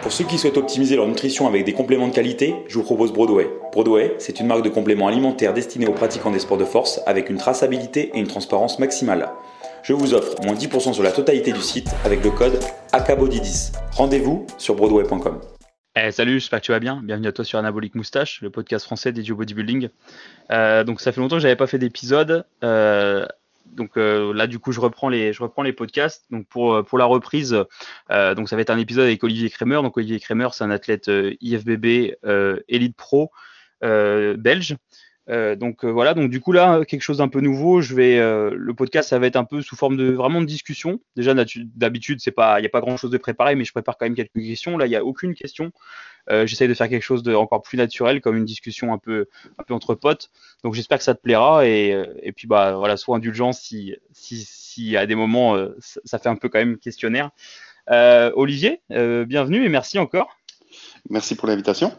Pour ceux qui souhaitent optimiser leur nutrition avec des compléments de qualité, je vous propose Broadway. Broadway, c'est une marque de compléments alimentaires destinée aux pratiquants des sports de force avec une traçabilité et une transparence maximale. Je vous offre moins 10% sur la totalité du site avec le code AKBODY10. Rendez-vous sur broadway.com. Salut, j'espère que tu vas bien. Bienvenue à toi sur Anabolic Moustache, le podcast français dédié au bodybuilding. Donc ça fait longtemps que j'avais pas fait d'épisode. Là du coup je reprends les podcasts. Donc pour la reprise, donc ça va être un épisode avec Olivier Kremer. Donc Olivier Kremer, c'est un athlète IFBB Elite Pro belge. Voilà, donc du coup là quelque chose d'un peu nouveau. Le podcast, ça va être un peu sous forme de vraiment de discussion. Déjà d'habitude il y a pas grand chose de préparé, mais je prépare quand même quelques questions. Là il y a aucune question. J'essaye de faire quelque chose de encore plus naturel, comme une discussion un peu entre potes. Donc j'espère que ça te plaira et puis bah voilà, sois indulgent si à des moments ça fait un peu quand même questionnaire. Olivier, bienvenue et merci encore. Merci pour l'invitation.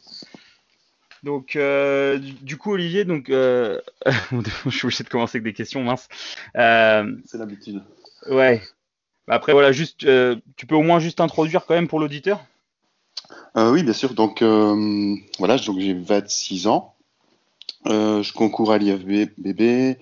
Donc, du coup, Olivier, je suis obligé de commencer avec des questions, mince. C'est l'habitude. Ouais. Après, voilà, juste, tu peux au moins juste introduire quand même pour l'auditeur? Oui, bien sûr. Donc, voilà, donc j'ai 26 ans. Je concours à l'IFBB.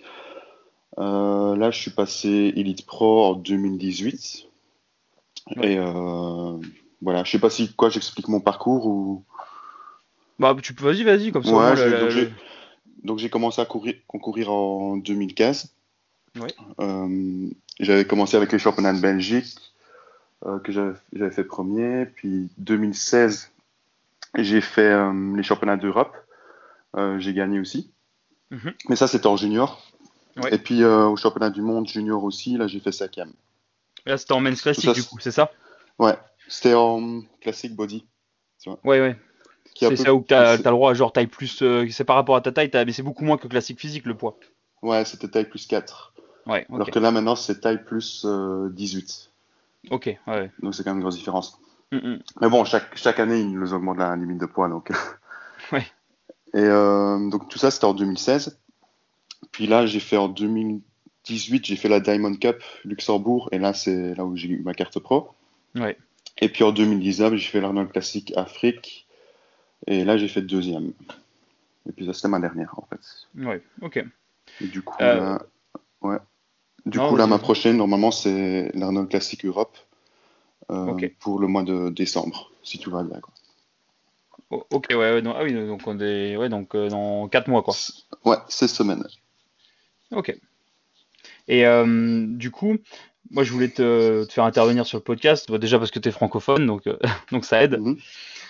Là, je suis passé Elite Pro en 2018. Ouais. Et voilà, je sais pas si j'explique mon parcours ou. Bah, vas-y, comme ça. Ouais, donc j'ai commencé à concourir en 2015. Ouais. J'avais commencé avec les championnats de Belgique que j'avais fait premier. Puis 2016, j'ai fait les championnats d'Europe. J'ai gagné aussi. Mhm. Mais ça, c'était en junior. Ouais. Et puis au championnat du monde junior aussi, là, j'ai fait 5e. Là, c'était en men's classique, ça, du coup, c'est ça? Ouais, c'était en classique body. Tu vois, Ouais. qui est un C'est peu, ça où t'as c'est- le droit, genre taille plus, c'est par rapport à ta taille, mais c'est beaucoup moins que classique physique, le poids. Ouais, c'était taille plus 4. Ouais, Alors ok. que là, maintenant, c'est taille plus 18. Ok, ouais. Donc c'est quand même une grosse différence. Mhm. Mais bon, chaque année, ils nous augmentent la limite de poids. Donc. Ouais. Et donc tout ça, c'était en 2016. Puis là, j'ai fait en 2018, j'ai fait la Diamond Cup Luxembourg. Et là, c'est là où j'ai eu ma carte pro. Ouais. Et puis en 2019, j'ai fait l'Arnold Classic Afrique. Et là, j'ai fait 2e. Et puis ça, c'était ma dernière, en fait. Ouais, ok. Et du coup, Euh, là, ouais. Du non, coup, là, vas-y, ma vas-y. prochaine, normalement, c'est l'Arnold Classic Europe Ok. pour le mois de décembre, si tout va bien, quoi. Ok, ouais, ah oui, donc dans 4 mois, quoi. Ouais, 16 semaines. Ok. Et du coup, moi, je voulais te faire intervenir sur le podcast, bah, déjà parce que tu es francophone, donc ça aide. Mhm.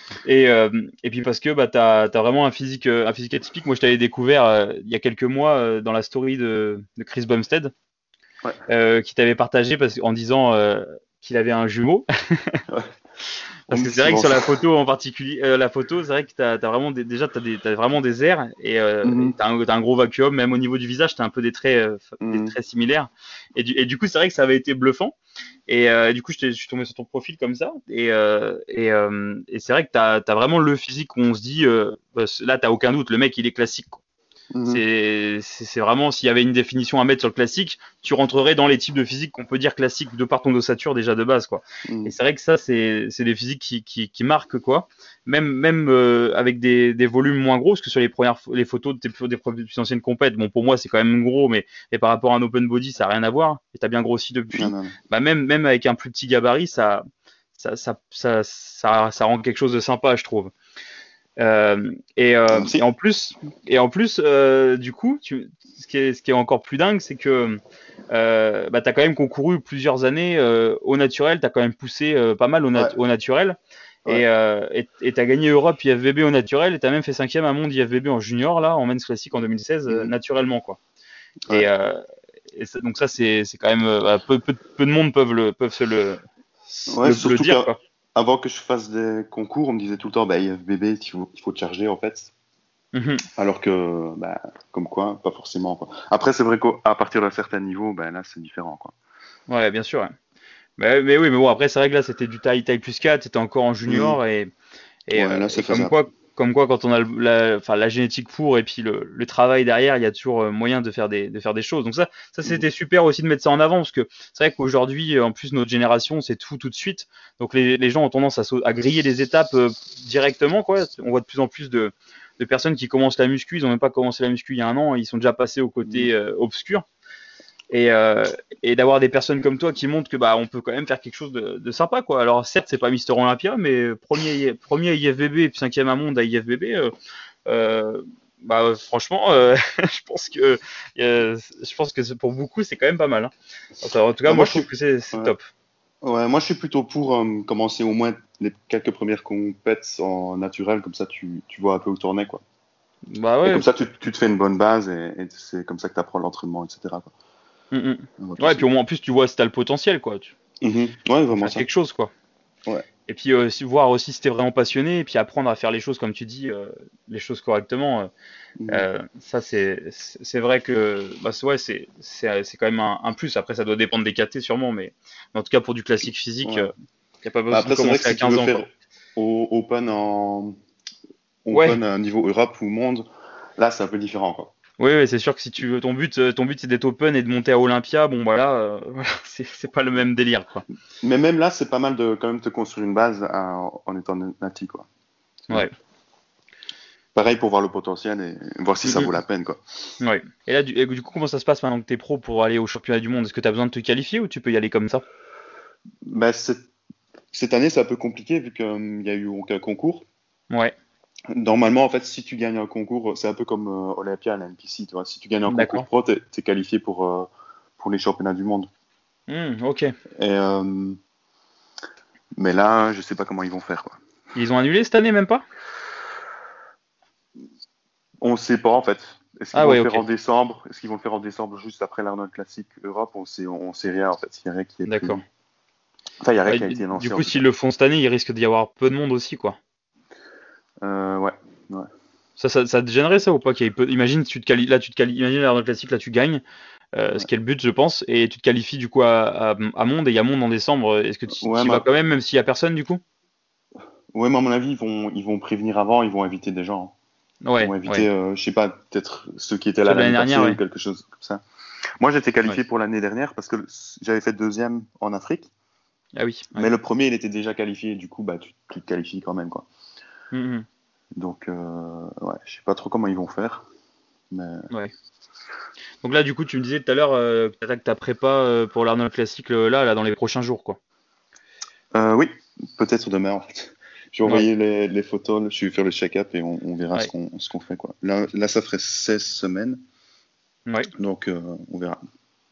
Et puis parce que bah, tu as vraiment un physique atypique. Moi, je t'avais découvert il y a quelques mois dans la story de Chris Bumstead, Ouais. qui t'avait partagé en disant qu'il avait un jumeau. Ouais. On Parce me que dit c'est vrai que souvent sur ça. la photo en particulier, la photo, c'est vrai que t'as vraiment t'as vraiment des airs et Mhm. t'as un gros vacuum, même au niveau du visage, t'as un peu des Mhm. traits similaires. Et du coup, c'est vrai que ça avait été bluffant. Du coup, je suis tombé sur ton profil comme ça. Et c'est vrai que t'as vraiment le physique où on se dit, bah, là, t'as aucun doute, le mec, il est classique, quoi. Mhm. C'est vraiment, s'il y avait une définition à mettre sur le classique, tu rentrerais dans les types de physique qu'on peut dire classique de par ton ossature déjà de base, quoi. Et Mhm. c'est vrai que ça, c'est des physiques qui marquent, quoi. Même avec des volumes moins gros, parce que sur les photos des plus anciennes compètes, bon, pour moi, c'est quand même gros, mais par rapport à un open body, ça n'a rien à voir. Et t'as bien grossi Non, depuis. non, non. Bah, même avec un plus petit gabarit, ça rend quelque chose de sympa, je trouve. Euh, et, Ah, euh, et merci. en plus, du coup, ce qui est encore plus dingue, c'est que bah, tu as quand même concouru plusieurs années au naturel, tu as quand même poussé pas mal Ouais, au naturel, ouais. et tu as gagné Europe IFBB au naturel, et tu as même fait 5e à monde IFBB en junior, là, en men's classique en 2016, Mhm. naturellement, quoi. Ouais. Et, euh, donc ça, c'est quand même, bah, peu de monde peuvent se Ouais, le surtout dire, quoi. qu'avant que je fasse des concours, on me disait tout le temps, bah, IFBB, il faut te charger, en fait. Mhm. Alors que, bah, comme quoi, pas forcément, quoi. Après, c'est vrai qu'à partir d'un certain niveau, ben là, c'est différent, quoi. Ouais, bien sûr, ouais. Mais oui, mais bon, après, c'est vrai que là, c'était du taille plus 4, c'était encore en Mhm. junior, et, et, Ouais, euh, là, et c'est comme faisable. quoi, Comme quoi, quand on a la génétique pour et puis le travail derrière, il y a toujours moyen de faire des choses. Donc ça Mhm. c'était super aussi de mettre ça en avant parce que c'est vrai qu'aujourd'hui, en plus, notre génération, c'est tout de suite. Donc les gens ont tendance à griller les étapes directement, quoi. On voit de plus en plus de personnes qui commencent la muscu, ils ont même pas commencé la muscu il y a un an, ils sont déjà passés au Mhm. côté obscur. Et, euh, et d'avoir des personnes comme toi qui montrent que bah on peut quand même faire quelque chose de sympa, quoi. Alors certes c'est pas Mister Olympia, mais premier à IFBB et puis cinquième à monde à IFBB, franchement je pense que pour beaucoup c'est quand même pas mal, hein. Enfin, en tout cas Bah, moi moi, je trouve que c'est ouais. top. Ouais, moi, je suis plutôt pour commencer au moins les quelques premières compètes en naturel, comme ça tu vois un peu où t'en es, quoi. Bah Et ouais. comme ça tu te fais une bonne base et c'est comme ça que tu apprends l'entraînement, etc., quoi. Mm, mm. On va Ouais, tous puis au moins en plus tu vois si t'as le potentiel, quoi. Mhm. Ouais, Pour vraiment faire ça. quelque chose, quoi. Ouais. Et puis voir aussi si t'es vraiment passionné et puis apprendre à faire les choses comme tu dis, les choses correctement. Mhm. Ça, c'est vrai que bah, ouais, c'est quand même un plus. Après, ça doit dépendre des KT sûrement, mais en tout cas, pour du classique physique, Ouais. il n'y a pas Bah, besoin de après, c'est vrai que commencer à si tu veux 15 ans, faire quoi. Ouais, Open à un niveau Europe ou monde, là, c'est un peu différent, quoi. oui, oui, c'est sûr que si tu veux, ton but c'est d'être open et de monter à Olympia, bon, voilà, voilà, c'est pas le même délire, quoi. Mais même là, c'est pas mal de quand même te construire une base en étant nati, quoi. C'est Ouais. pareil pour voir le potentiel et voir si ça vaut Mm, la peine, quoi. ouais. Et du coup, comment ça se passe maintenant que t'es pro pour aller au championnat du monde? Est-ce que t'as besoin de te qualifier ou tu peux y aller comme ça? Bah, cette année, c'est un peu compliqué vu qu'il y a eu aucun concours. Ouais, Normalement, en fait, si tu gagnes un concours, c'est un peu comme Olympia à la NPC, tu vois. Si tu gagnes un concours d'accord. pro, t'es qualifié pour les championnats du monde. Ok. Et, mais là, je sais pas comment ils vont faire, quoi. Ils ont annulé cette année, même pas? On sait pas, en fait. Est-ce qu'ils Ah vont le ouais, faire ok. en décembre? Est-ce qu'ils vont le faire en décembre juste après l'Arnold Classic Europe? On sait rien, en fait. Il y a rien qui est D'accord. prévu. Enfin, il y a rien Ouais, qui a été du lancé, en coup, tout s'ils cas. le font cette année, il risque d'y avoir peu de monde aussi, quoi. Ouais. Ouais. Ça te gênerait ça ou pas qu'il y ait peu... Imagine, là, imagine l'Arnold Classic, là, tu gagnes, ce Ouais. qui est le but, je pense, et tu te qualifies du coup à Monde, et il y a Monde en décembre. Est-ce que tu Ouais, y vas quand même s'il y a personne, du coup? mais à mon avis, ils vont prévenir avant, ils vont inviter des gens. Ils Ouais, vont ouais. inviter, je sais pas, peut-être ceux qui étaient là Ceux de l'année l'année dernière, passée ou ouais. quelque chose comme ça. Moi, j'étais Ouais. qualifié pour l'année dernière parce que j'avais fait deuxième en Afrique, Ah oui, mais ouais. le premier, il était déjà qualifié, du coup, bah, tu te qualifies quand même, quoi. Mhm, Donc, ouais, je sais pas trop comment ils vont faire, mais ouais. Donc là, du coup, tu me disais tout à l'heure que t'attaques ta prépa pour l'Arnold Classic là, dans les prochains jours, quoi. oui, peut-être demain, en fait. Je vais Ouais, envoyer les photos, je vais faire le check-up et on verra ce ouais, qu'on fait, quoi. Là, ça ferait 16 semaines, ouais. donc on verra.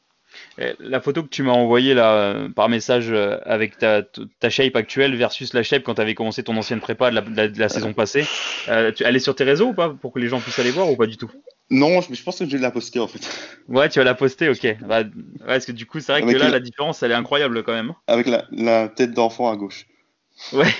La photo que tu m'as envoyée là par message avec ta shape actuelle versus la shape quand tu avais commencé ton ancienne prépa de la saison passée, elle est sur tes réseaux ou pas pour que les gens puissent aller voir ou pas du tout? Non, je pense que je vais la poster, en fait. Ouais, tu vas la poster, ok. Bah, ouais, parce que du coup, c'est vrai que Avec là, la, la différence, elle est incroyable quand même. avec la tête d'enfant à gauche. Ouais,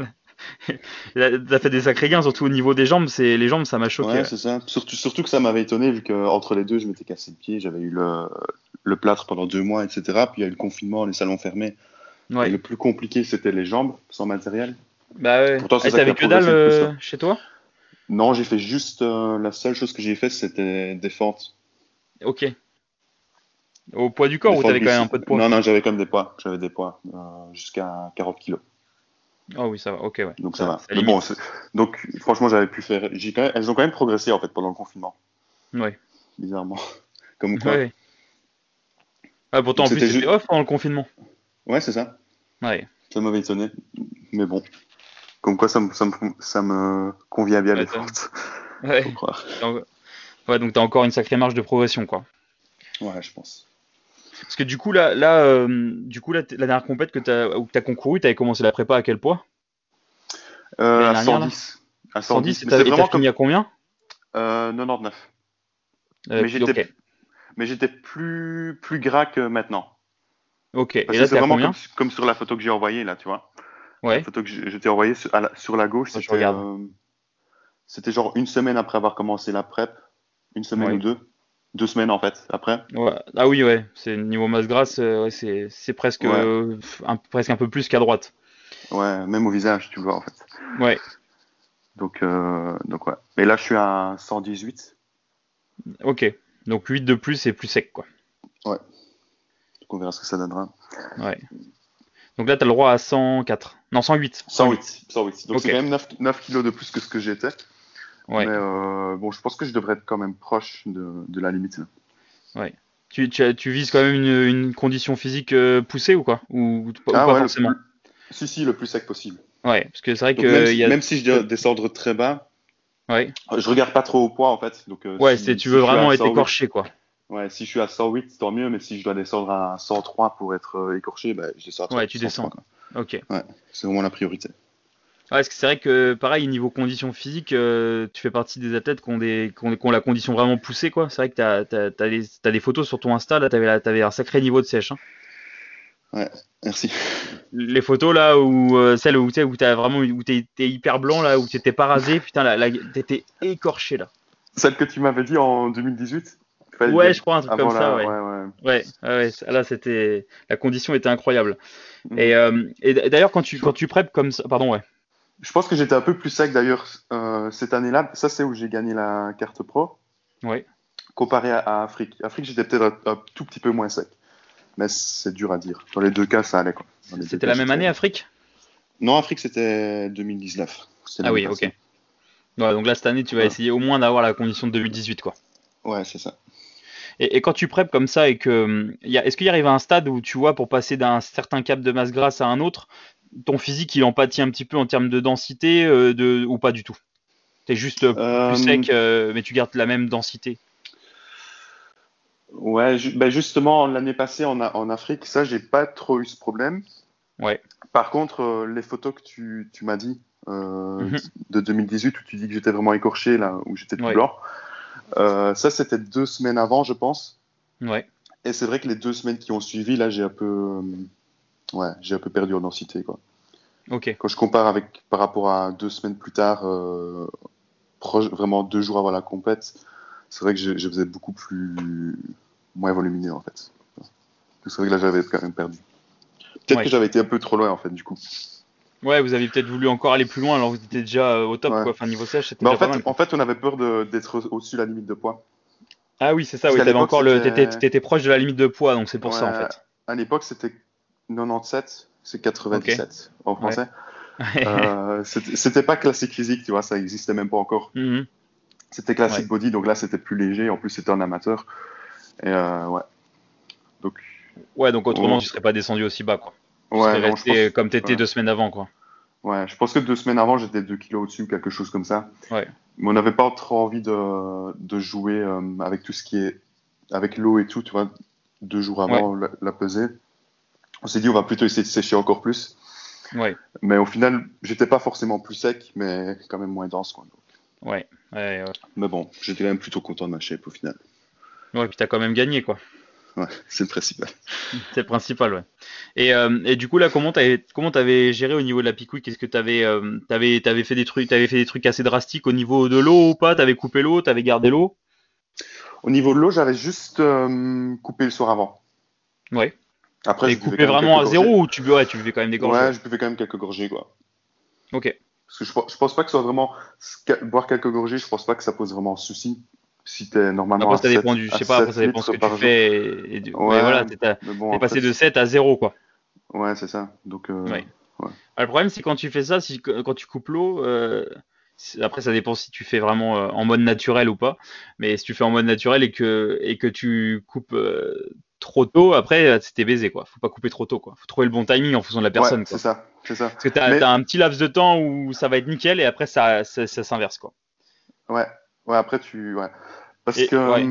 t'as fait des sacrés gains, surtout au niveau des jambes. Les jambes, ça m'a choqué. Ouais, Ouais, c'est ça. Surtout que ça m'avait étonné, vu qu'entre les deux, je m'étais cassé le pied, j'avais eu le plâtre pendant 2 mois, etc. Puis il y a eu le confinement, les salons fermés. Et ouais. le plus compliqué, c'était les jambes, sans matériel. Bah ouais. Pourtant, c'est Ah, ça qui t'avais a que dalle progressé le plus, quoi. chez toi? Non, j'ai fait juste. La seule chose que j'ai fait, c'était des fentes. Ok. Au poids du corps Des ou fentes t'avais quand même un glucides. peu de poids? Non, non, j'avais quand même des poids. J'avais des poids. Jusqu'à 40 kilos. Ah oui, ça va. Ok, ouais. Donc ça Ça, va. ça Mais bon, limite. donc franchement, j'avais pu faire. Elles ont quand même progressé, en fait, pendant le confinement. Ouais. Bizarrement. Comme Ouais, quoi. ouais. Ah, pourtant, Donc en plus, c'était c'était juste. off pendant le confinement. Ouais, c'est ça. Ouais. Ça m'avait étonné. Mais bon. Comme quoi, ça me convient bien les Ouais, fentes. Faut ouais. croire. Ouais, donc t'as encore une sacrée marge de progression, quoi. Ouais, je pense. Parce que du coup, la dernière compète où t'as concouru, t'avais commencé la prépa à quel poids? L'année À dernière, là? 110. À 110 110. Mais c'est et t'as vraiment fini comme. à combien? 99. Mais Ok. j'étais plus gras que maintenant. Ok. Et Parce que là, c'est t'es à vraiment comme, combien? comme sur la photo que j'ai envoyée, là, tu vois. La Ouais. photo que je t'ai envoyée sur la gauche, Moi, je c'était regarde. genre une semaine après avoir commencé la prep. Une semaine ou Ouais. deux. 2 semaines, en fait, après. Ouais. Ah oui, ouais. C'est niveau masse grasse, ouais, c'est presque, Ouais, presque un peu plus qu'à droite. ouais, même au visage, tu vois, en fait. Ouais. Donc ouais. Et là, je suis à 118. Ok. Donc 8 de plus et plus sec, quoi. Ouais. Donc on verra ce que ça donnera. Ouais. Donc là, tu as le droit à 104. Non, 108. 108. Donc c'est Ok. quand même 9 kilos de plus que ce que j'étais. Ouais. Mais bon, je pense que je devrais être quand même proche de la limite, là. Ouais. Tu vises quand même une condition physique poussée ou quoi? Ou Ah pas ouais, forcément? si, le plus sec possible. Ouais, parce que c'est vrai Donc même que il si, y a. même si je dois descendre très bas, Ouais. je regarde pas trop au poids en fait. Donc Ouais, tu si veux je suis à vraiment être 108, écorché, quoi. ouais, si je suis à 108, tant mieux. Mais si je dois descendre à 103 pour être écorché, bah, je descends à Ouais, tu 103, descends. quoi. Ok. Ouais, c'est vraiment la priorité. Ouais, parce que c'est vrai que pareil, niveau condition physique, tu fais partie des athlètes qui ont la condition vraiment poussée, quoi. C'est vrai que t'as des photos sur ton Insta, là, t'avais un sacré niveau de sèche, hein. Ouais, merci. Les photos là où celles où tu sais, où t'as vraiment où t'es hyper blanc là où t'étais pas rasé, putain t'étais écorché là. Celle que tu m'avais dit en 2018, Ouais, je crois un truc comme avant ça, la, ouais. ouais, ouais. Ouais, là c'était la condition était incroyable. Mhm. Et d'ailleurs quand tu prep comme ça, pardon, ouais. Je pense que j'étais un peu plus sec d'ailleurs cette année-là. Ça, c'est où j'ai gagné la carte pro, Ouais. comparé à Afrique. Afrique, j'étais peut-être un tout petit peu moins sec. Mais c'est dur à dire. Dans les deux cas, ça allait, quoi. Dans les deux C'était cas, la même j'étais. année Afrique? Non, Afrique, c'était 2019. C'était Ah l'année oui, ok. passée. Ouais, donc là cette année tu vas Voilà. essayer au moins d'avoir la condition de 2018 quoi. Ouais, c'est ça. Et quand tu prep comme ça et que est-ce qu'il arrive à un stade où tu vois pour passer d'un certain cap de masse grasse à un autre, ton physique il en pâtit un petit peu en termes de densité ou pas du tout? T'es juste plus Euh, sec, mais tu gardes la même densité. ouais, ben justement, l'année passée en Afrique, ça, j'ai pas trop eu ce problème. Ouais. Par contre, les photos que tu m'as dit Mhm. de 2018, où tu dis que j'étais vraiment écorché, là, où j'étais tout Ouais. blanc, ça, c'était 2 semaines avant, je pense. Ouais. Et c'est vrai que les 2 semaines qui ont suivi, là, ouais, j'ai un peu perdu en densité, quoi. Ok. Quand je compare par rapport à 2 semaines plus tard, proche, vraiment 2 jours avant la compète, c'est vrai que je faisais beaucoup plus moins volumineux en fait. C'est vrai que là j'avais quand même perdu. Peut-être que Ouais. j'avais été un peu trop loin en fait du coup. Ouais, vous aviez peut-être voulu encore aller plus loin alors que vous étiez déjà au top Ouais. quoi. Enfin niveau sèche, c'était Mais déjà pas mal en quoi. fait on avait peur d'être au-dessus de la limite de poids. Ah oui, c'est ça. Parce Oui, qu'à t'avais l'époque encore c'était, t'étais proche de la limite de poids, donc c'est pour ça en ouais, fait. à l'époque c'était 97, c'est Ok. 97 en Ouais. français. C'était pas classique physique, tu vois, ça existait même pas encore. Mhm. C'était Ouais. classique body, donc là c'était plus léger. En plus c'était un amateur. Et ouais, donc Ouais, donc autrement oh, tu serais pas descendu aussi bas quoi. Tu serais ouais, non, je resté pense. comme t'étais Ouais. 2 semaines avant quoi. Ouais, je pense que 2 semaines avant, j'étais 2 kilos au-dessus, quelque chose comme ça. Ouais. Mais on n'avait pas trop envie de jouer avec tout ce qui est, avec l'eau et tout, tu vois, 2 jours Ouais. avant la pesée. On s'est dit, on va plutôt essayer de sécher encore plus. Ouais. Mais au final, j'étais pas forcément plus sec, mais quand même moins dense, quoi. Ouais. Ouais. Mais bon, j'étais quand même plutôt content de ma shape au final. Ouais, puis t'as quand même gagné quoi. Ouais, c'est le principal. C'est le principal, ouais. Et du coup là, comment t'avais géré au niveau de la pique-week? Qu'est-ce que t'avais fait des trucs assez drastiques au niveau de l'eau ou pas? T'avais coupé l'eau, t'avais gardé l'eau? Au niveau de l'eau, j'avais juste coupé le soir avant. Ouais. Après, Et je buvais coupé quand même quelques vraiment à gorgées. zéro ou tu buvais quand même des gorgées, Ouais, ouais. je buvais quand même quelques gorgées, quoi. Ok. Parce que je pense pas que ce soit vraiment. Boire quelques gorgées, je pense pas que ça pose vraiment souci. Si t'es normalement Après ça dépend je à sais pas, après 7 ça dépend ce litres que tu par jour. fais. Ouais, Ouais, voilà, mais bon, t'es après, passé de 7 à zéro, quoi. ouais, c'est ça. Donc, Ouais. ouais. Ah, le problème, c'est quand tu fais ça, quand tu coupes l'eau, après ça dépend si tu fais vraiment en mode naturel ou pas. Mais si tu fais en mode naturel et que tu coupes trop tôt, après c'était baisé quoi. Faut pas couper trop tôt quoi. Faut trouver le bon timing en fonction de la Ouais, personne c'est quoi. ça, c'est ça. Parce que t'as Mais, un petit laps de temps où ça va être nickel et après ça s'inverse quoi. ouais, ouais, après, ouais. Parce Et que ouais,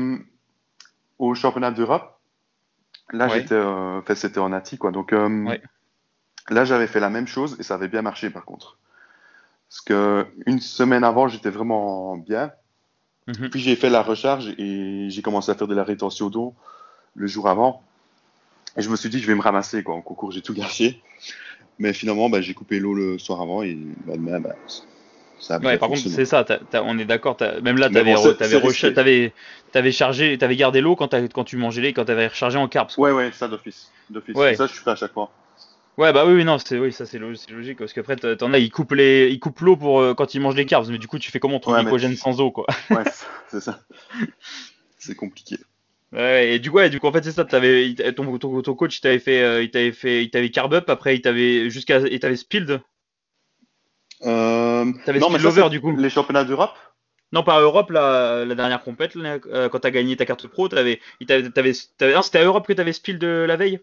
au championnat d'Europe, là, ouais, enfin, c'était en Nati, quoi. Donc, ouais. là, j'avais fait la même chose et ça avait bien marché, par contre. Parce que une semaine avant, j'étais vraiment bien. Mhm. Puis j'ai fait la recharge et j'ai commencé à faire de la rétention d'eau le jour avant. Et je me suis dit, je vais me ramasser, quoi. En concours, j'ai tout gâché. Mais finalement, bah, j'ai coupé l'eau le soir avant et bah, demain, bah, ça a Ouais, bien par contre, fonctionné, c'est quoi. ça, même là, Mais bon, c'est risqué. t'avais chargé, t'avais gardé l'eau quand tu mangeais quand t'avais rechargé en carbs, Ouais, quoi. ouais, ça d'office. D'office. Mais Ouais, ça, je fais à chaque fois. Ouais, bah oui, non, ça c'est logique, parce qu'après, t'en as, ils coupent l'eau pour quand ils mangent les carbs, mais du coup, tu fais comment ton Ouais, mais glycogène sans eau, quoi. ouais, c'est ça. C'est compliqué. Ouais, et du coup, en fait, c'est ça, ton coach, il t'avait carb up, après, il t'avait spilled, t'avais Non, mais spilled ça, over, c'est du coup. les championnats d'Europe. Non, pas à Europe, la dernière compète, là, quand t'as gagné ta carte pro, non, c'était à Europe que t'avais spilled la veille?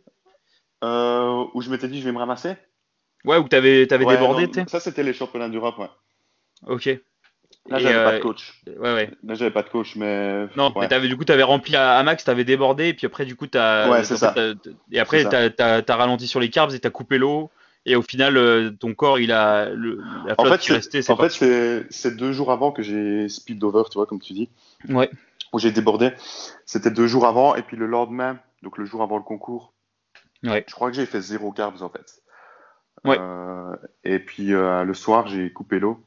Où je m'étais dit, je vais me ramasser. Ouais, où t'avais Ouais, débordé, tu non, sais. ça, c'était les championnats d'Europe, ouais. Ok. Là, Et, j'avais pas de coach. ouais, ouais. Là, j'avais pas de coach, mais Non, mais ouais. du coup, t'avais rempli à max, t'avais débordé, et puis après, du coup, Ouais, c'est en fait, ça. et C'est après, ça. t'as ralenti sur les carbs et t'as coupé l'eau, et au final, ton corps, la En flotte fait, qui restait, c'est en fait, parti, quoi. c'est 2 jours avant que j'ai speed over, tu vois, comme tu dis, Ouais, où j'ai débordé. C'était 2 jours avant, et puis le lendemain, donc le jour avant le concours, ouais, je crois que j'ai fait 0 carbs, en fait. ouais, Et puis le soir, j'ai coupé l'eau.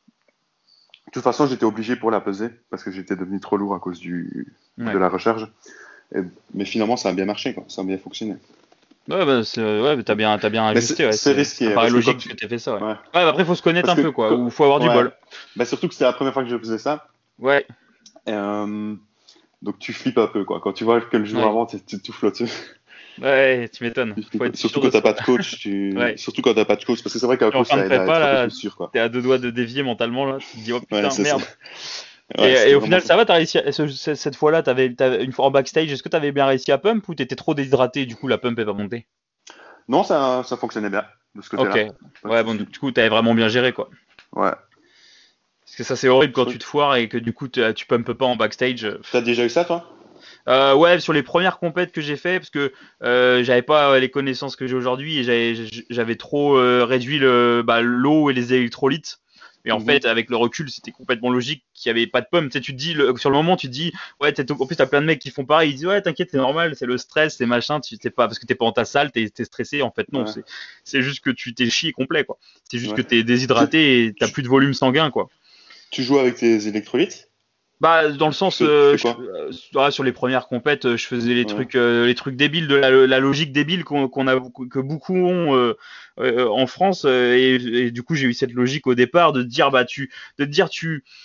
De toute façon, j'étais obligé pour la peser, parce que j'étais devenu trop lourd à cause de ouais. la recharge. Mais finalement, ça a bien marché, quoi. Ça a bien fonctionné. Ouais, bah, ouais, t'as bien Mais ajusté, ouais, c'est ça risqué, hein, paraît parce que quand logique tu... que t'aies fait ça, ouais. Ouais. Ouais, bah, après, faut se connaître Parce un que... peu, quoi, ou faut avoir du Ouais. bol. Bah, surtout que c'était la première fois que je faisais ça. Ouais, Et, donc tu flippes un peu, quoi. Quand tu vois que le jour ouais, avant, tu tout flottes. ouais, tu m'étonnes. Tu Faut flippes. être Surtout sûr quand de t'as soi. pas de coach. Ouais. Surtout quand t'as pas de coach. Parce que c'est vrai qu'un T'es en coach, fin de ça aide à prépa, être un peu là, plus sûr, quoi. t'es à deux doigts de dévier mentalement, là, tu te dis, oh Ouais, putain, c'est ça. merde. Ouais, Et c'était au vraiment final, ça. ça va, cette fois-là, une fois en backstage, est-ce que t'avais bien réussi à pump ou t'étais trop déshydraté, du coup la pump est pas montée? Non, ça fonctionnait bien, de ce Ok. côté-là. Pas de Ouais, bon, souci. du coup, t'avais vraiment bien géré, quoi. Ouais. Parce que ça, c'est horrible Je quand crois tu que... te foires et que du coup, tu pumpes pas en backstage. T'as déjà eu ça, toi? Ouais, sur les premières compètes que j'ai fait, parce que j'avais pas les connaissances que j'ai aujourd'hui et j'avais trop réduit l'eau et les électrolytes. Et en Mhm. fait, avec le recul, c'était complètement logique qu'il y avait pas de pommes. Tu sais, tu te dis, sur le moment, tu te dis, ouais, en plus, t'as plein de mecs qui font pareil. Ils disent, ouais, t'inquiète, c'est normal, c'est le stress, c'est machin. Tu sais pas, parce que t'es pas en ta salle, t'es stressé. En fait, non, Ouais, c'est juste que tu t'es chié complet, quoi. C'est juste ouais. que t'es Tu, déshydraté et t'as tu, plus de volume sanguin, quoi. tu joues avec tes électrolytes? Bah, dans le sens, Tu fais quoi? ouais, sur les premières compètes, je faisais Ouais. les trucs débiles de la logique débile que beaucoup ont en France, et du coup j'ai eu cette logique au départ de te dire de te dire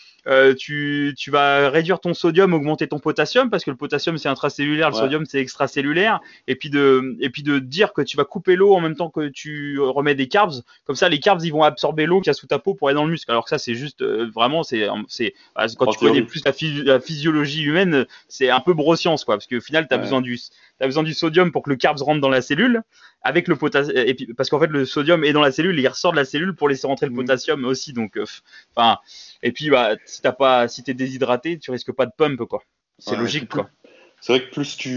tu vas réduire ton sodium, augmenter ton potassium parce que le potassium c'est intracellulaire, le Ouais. sodium c'est extracellulaire, et puis de dire que tu vas couper l'eau en même temps que tu remets des carbs, comme ça les carbs ils vont absorber l'eau qu'il y a sous ta peau pour aller dans le muscle. Alors que ça c'est juste vraiment quand En tu connais théorie. plus la physiologie humaine, c'est un peu broscience, quoi, parce qu'au final, Ouais. t'as besoin du sodium pour que le carbs rentre dans la cellule, avec le potassium, et puis, parce qu'en fait, le sodium est dans la cellule, et il ressort de la cellule pour laisser rentrer le Mhm. potassium aussi, donc, enfin, et puis, bah, si t'es déshydraté, tu risques pas de pump, quoi. C'est Ouais. Et puis logique, quoi. c'est vrai que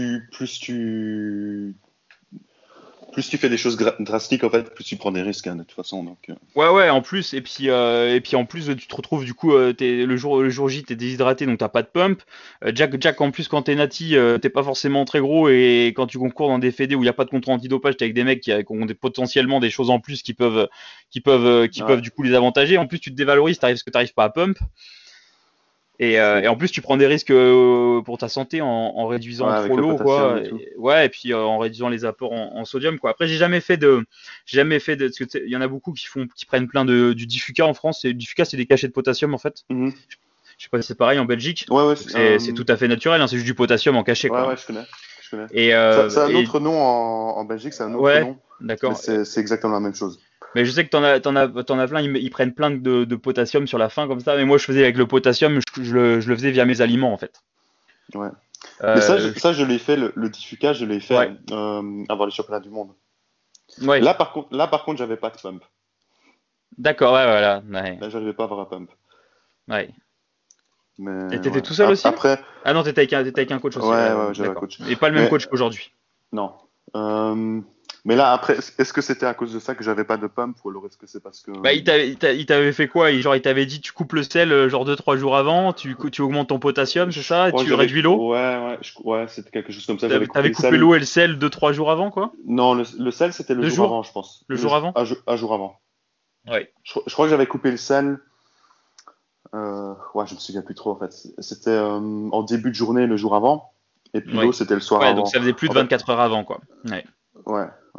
plus tu fais des choses drastiques, en fait, plus tu prends des risques, hein, de toute façon. Donc, Ouais, ouais, en plus, et puis en plus, tu te retrouves du coup, le jour J, t'es déshydraté, donc t'as pas de pump. Jack, en plus, quand t'es nati, t'es pas forcément très gros, et quand tu concours dans des fédés où il y a pas de contrôle antidopage, t'es avec des mecs qui ont potentiellement des choses en plus qui ouais. peuvent du coup les avantager. En plus, tu te dévalorises, parce que t'arrives pas à pump. Et en plus, tu prends des risques pour ta santé en Ouais, réduisant avec trop le l'eau, potassium quoi. et tout. Ouais, et puis en réduisant les apports en sodium, quoi. Après, parce que il y en a beaucoup qui prennent plein du Diffuca en France. Et le Diffuca, c'est des cachets de potassium, en fait. Mhm. Je sais pas si c'est pareil en Belgique. Ouais, ouais, Donc c'est tout à fait naturel, hein, c'est juste du potassium en cachet, ouais, quoi. ouais, je connais. Je connais. Et, C'est un autre nom en Belgique, c'est un autre ouais, nom, mais d'accord. c'est exactement la même chose. Mais je sais que t'en as plein, ils prennent plein de potassium sur la fin comme ça. Mais moi, je faisais avec le potassium, je le faisais via mes aliments, en fait. Ouais. Mais Euh, je l'ai fait, le diffuka, je l'ai fait ouais, avant les championnats du monde. ouais. Là, par contre, j'avais pas de pump. D'accord, ouais, voilà. Ouais, Là, j'arrivais pas à avoir un pump. ouais. Et Mais t'étais ouais. tout seul aussi? Après, Ah non, t'étais avec un coach aussi, ouais, ouais, j'avais un d'accord. coach. Et pas le même Mais coach qu'aujourd'hui. non. Euh, mais là, après, est-ce que c'était à cause de ça que j'avais pas de pump ou alors est-ce que c'est parce que... Bah, il t'avait fait quoi? Il t'avait dit, tu coupes le sel, genre 2-3 jours avant, tu augmentes ton potassium, c'est Je ça? Et crois que tu j'avais... réduis l'eau? Ouais, ouais, ouais, c'était quelque chose comme ça. J'avais coupé T'avais le coupé sel. l'eau et le sel 2-3 jours avant, quoi? Non, le sel, c'était le Deux jour jours? avant, je pense. Le jour avant? Un jour avant. Ouais. Je crois que j'avais coupé le sel. Ouais, je me souviens plus trop en fait. C'était en début de journée le jour avant, et puis l'eau Ouais. c'était le soir Ouais, donc avant. ça faisait plus En de fait, 24 heures avant, quoi. Ouais. ouais, ouais.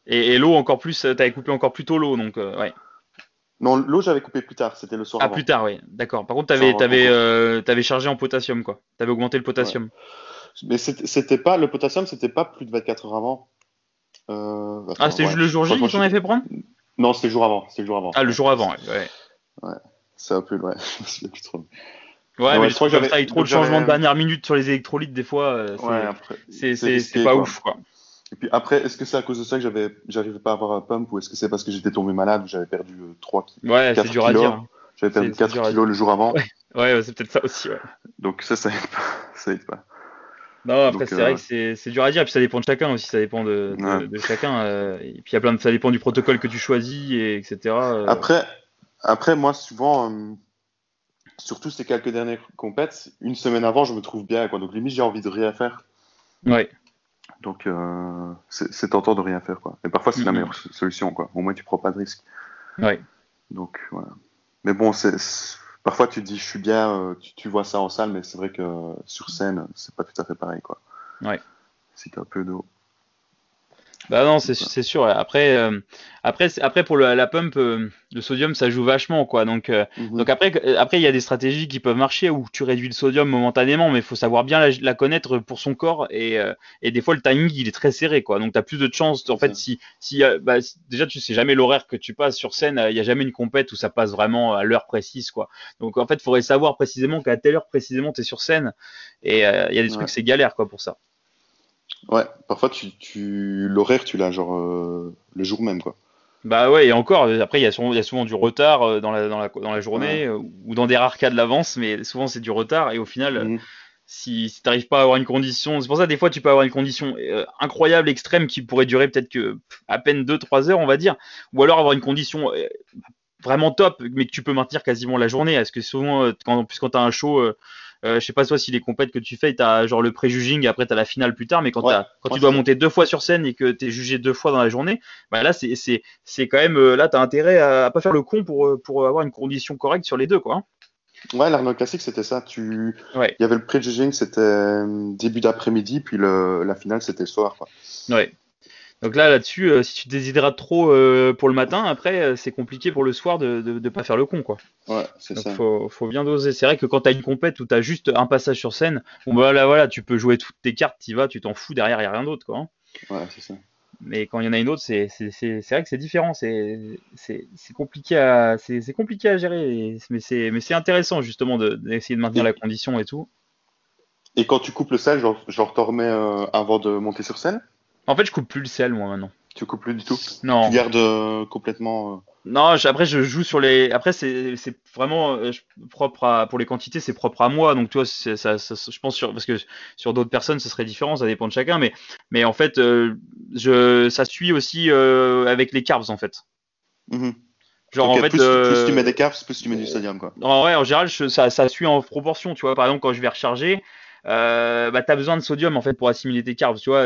Et l'eau encore plus, t'avais coupé encore plus tôt l'eau, donc ouais. Non, l'eau, j'avais coupé plus tard, c'était le soir Ah, avant. plus tard, oui, d'accord. Par contre, Le soir avant le concours. t'avais chargé en potassium, quoi. T'avais augmenté le Ouais. potassium. Mais c'était pas, le potassium, c'était pas plus de 24 heures avant. Ah, Attends, c'était ouais. juste le jour J Franchement, qu'ils t'en avaient fait prendre? non, c'était le jour avant. C'était le jour avant. Ah, le Ouais. jour avant, ouais. Ouais, Ouais. C'est un peu, ouais. Je me souviens plus trop. ouais, Mais mais ouais, les je crois trucs que comme ça, avec trop donc de changements de j'avais, dernière minute sur les électrolytes, des fois, ouais, après, c'est c'est risqué, pas quoi. ouf, quoi. Et puis après, est-ce que c'est à cause de ça que j'arrivais pas à avoir un pump ou est-ce que c'est parce que j'étais tombé malade ou j'avais perdu Ouais, c'est 4 dur à dire, kilos? hein. J'avais perdu C'est 4 dur à dire. kilos le jour avant. Ouais, ouais, c'est peut-être ça aussi, ouais. Donc ça aide pas. Ça aide pas. Non, après, Donc, c'est vrai que c'est dur à dire, et puis ça dépend de chacun aussi, ça dépend ouais. de chacun. Et puis il y a plein de, ça dépend du protocole que tu choisis, et etc. Après, moi, souvent, surtout ces quelques dernières compètes, une semaine avant, je me trouve bien, quoi. Donc limite, j'ai envie de rien faire. Ouais. Donc c'est tentant de rien faire, quoi. Et parfois, c'est la Mm, meilleure solution, quoi. Au moins, tu prends pas de risque. ouais. Donc voilà. Mais bon, parfois tu te dis je suis bien, tu vois ça en salle, mais c'est vrai que sur scène, c'est pas tout à fait pareil, quoi. Ouais. Si t'as un peu d'eau. Bah non, Donc, voilà. c'est sûr. Ouais. Après pour la pump, le sodium ça joue vachement quoi. Donc Mhm. après il y a des stratégies qui peuvent marcher où tu réduis le sodium momentanément, mais il faut savoir bien la connaître pour son corps et des fois le timing il est très serré quoi. Donc t'as plus de chances en C'est fait ça. déjà tu sais jamais l'horaire que tu passes sur scène. Il y a jamais une compète où ça passe vraiment à l'heure précise quoi. Donc en fait il faudrait savoir précisément qu'à telle heure précisément t'es sur scène et il y a des trucs Ouais. c'est galère quoi pour ça. Ouais. Parfois l'horaire tu l'as genre le jour même, quoi. Bah ouais, et encore, après, il y a souvent du retard dans la Ouais. journée, ou dans des rares cas de l'avance, mais souvent c'est du retard, et au final, Mhm. si t'arrives pas à avoir une condition, c'est pour ça des fois tu peux avoir une condition incroyable, extrême, qui pourrait durer peut-être que à peine 2 3 heures, on va dire, ou alors avoir une condition vraiment top, mais que tu peux maintenir quasiment la journée. Parce que souvent, en plus quand t'as un show, je sais pas toi si les compètes que tu fais, t'as genre le pré-juging et après t'as la finale plus tard, mais Ouais. quand Ouais, tu c'est dois ça. monter 2 fois sur scène et que t'es jugé 2 fois dans la journée, bah là c'est quand même là t'as intérêt à pas faire le con pour avoir une condition correcte sur les deux quoi. Ouais, l'Arnold Classic, c'était ça. Ouais, Il y avait le pré-judging, c'était début d'après-midi, puis la finale, c'était le soir, quoi. ouais. Donc là-dessus, si tu te déshydrates trop pour le matin, après c'est compliqué pour le soir de pas faire le con quoi. Ouais, c'est Donc ça. faut bien doser. C'est vrai que quand t'as une compète où t'as juste un passage sur scène, bon bah là voilà, tu peux jouer toutes tes cartes, t'y vas, tu t'en fous, derrière y a rien d'autre quoi, hein. Ouais, c'est ça. Mais quand il y en a une autre, c'est vrai que c'est différent, c'est compliqué à gérer, mais c'est intéressant justement d'essayer de maintenir la Et, condition et tout. et quand tu coupes le sel, genre t'en remets avant de monter sur scène? En fait, je coupe plus le sel moi maintenant. Tu coupes plus du tout? Tu Non, gardes complètement. non, après je joue sur les. Après c'est vraiment propre à pour les quantités, c'est propre à moi. Donc tu vois, je pense parce que sur d'autres personnes ce serait différent, ça dépend de chacun. Mais en fait, ça suit aussi avec les carbs en fait. Mhm. Genre en Ok, fait, plus tu mets des carbs, plus tu mets du sodium, quoi. en général, ça suit en proportion. Tu vois, par exemple, quand je vais recharger, bah, tu as besoin de sodium en fait pour assimiler tes carbs. Tu vois,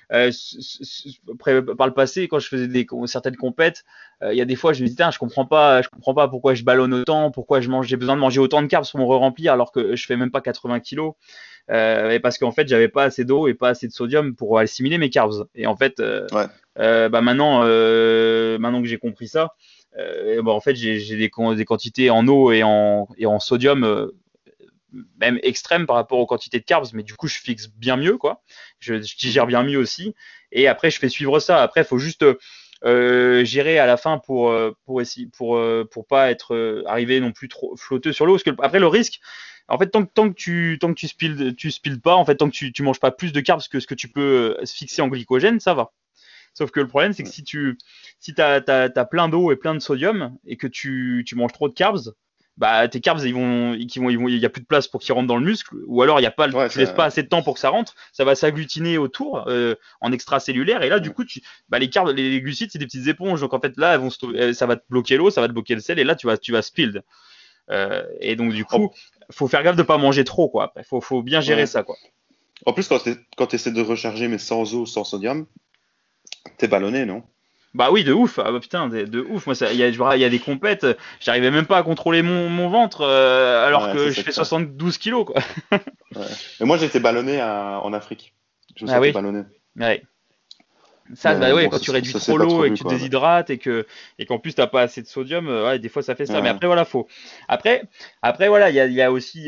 après, par le passé, quand je faisais certaines compètes, il y a des fois, je me disais, je comprends pas pourquoi je ballonne autant, pourquoi j'ai besoin de manger autant de carbs pour me remplir alors que je fais même pas 80 kilos. Et parce qu'en fait, j'avais pas assez d'eau et pas assez de sodium pour assimiler mes carbs. Et en fait, Ouais, bah maintenant que j'ai compris ça, bah en fait j'ai des quantités en eau et en sodium même extrêmes par rapport aux quantités de carbs, mais du coup je fixe bien mieux quoi. Je digère mhm. bien mieux aussi. Et après je fais suivre ça. Après il faut juste gérer à la fin pour essayer pour pas être arrivé non plus trop flotteux sur l'eau. Parce que après le risque, en fait tant que tu spilles pas, en fait tant que tu manges pas plus de carbs que ce que tu peux fixer en glycogène, ça va. Sauf que le problème, c'est que Ouais. si t'as plein d'eau et plein de sodium et que tu manges trop de carbs, bah tes carbs il y a plus de place pour qu'ils rentrent dans le muscle, ou alors il y a pas, Ouais, tu laisses pas ça. assez de temps pour que ça rentre, ça va s'agglutiner autour en extracellulaire et là du Ouais. coup bah les carbs, les glucides c'est des petites éponges, donc en fait là ça va te bloquer l'eau, ça va te bloquer le sel et là tu vas spilled. Et donc du coup En, faut faire gaffe de pas manger trop quoi. Après faut bien gérer ouais. ça quoi. En plus, quand tu essaies de recharger, mais sans eau, sans sodium, t'es ballonné, non? Bah oui, de ouf. Ah bah putain, de ouf. Moi, il y a des compètes, j'arrivais même pas à contrôler mon ventre alors Ouais, ça que je c'est fais clair. 72 kilos, quoi. Ouais. Mais moi, j'ai été ballonné en Afrique. Je me Ah sentais oui? ballonné. Ouais. Ça, Mais bah ouais, bon, quand tu réduis ça c'est trop pas l'eau trop et que vu, tu te quoi. Ouais. déshydrates et qu'en plus t'as pas assez de sodium, ouais, des fois ça fait ça. Mais Ouais. après voilà, faut. Après, après voilà, il y a aussi,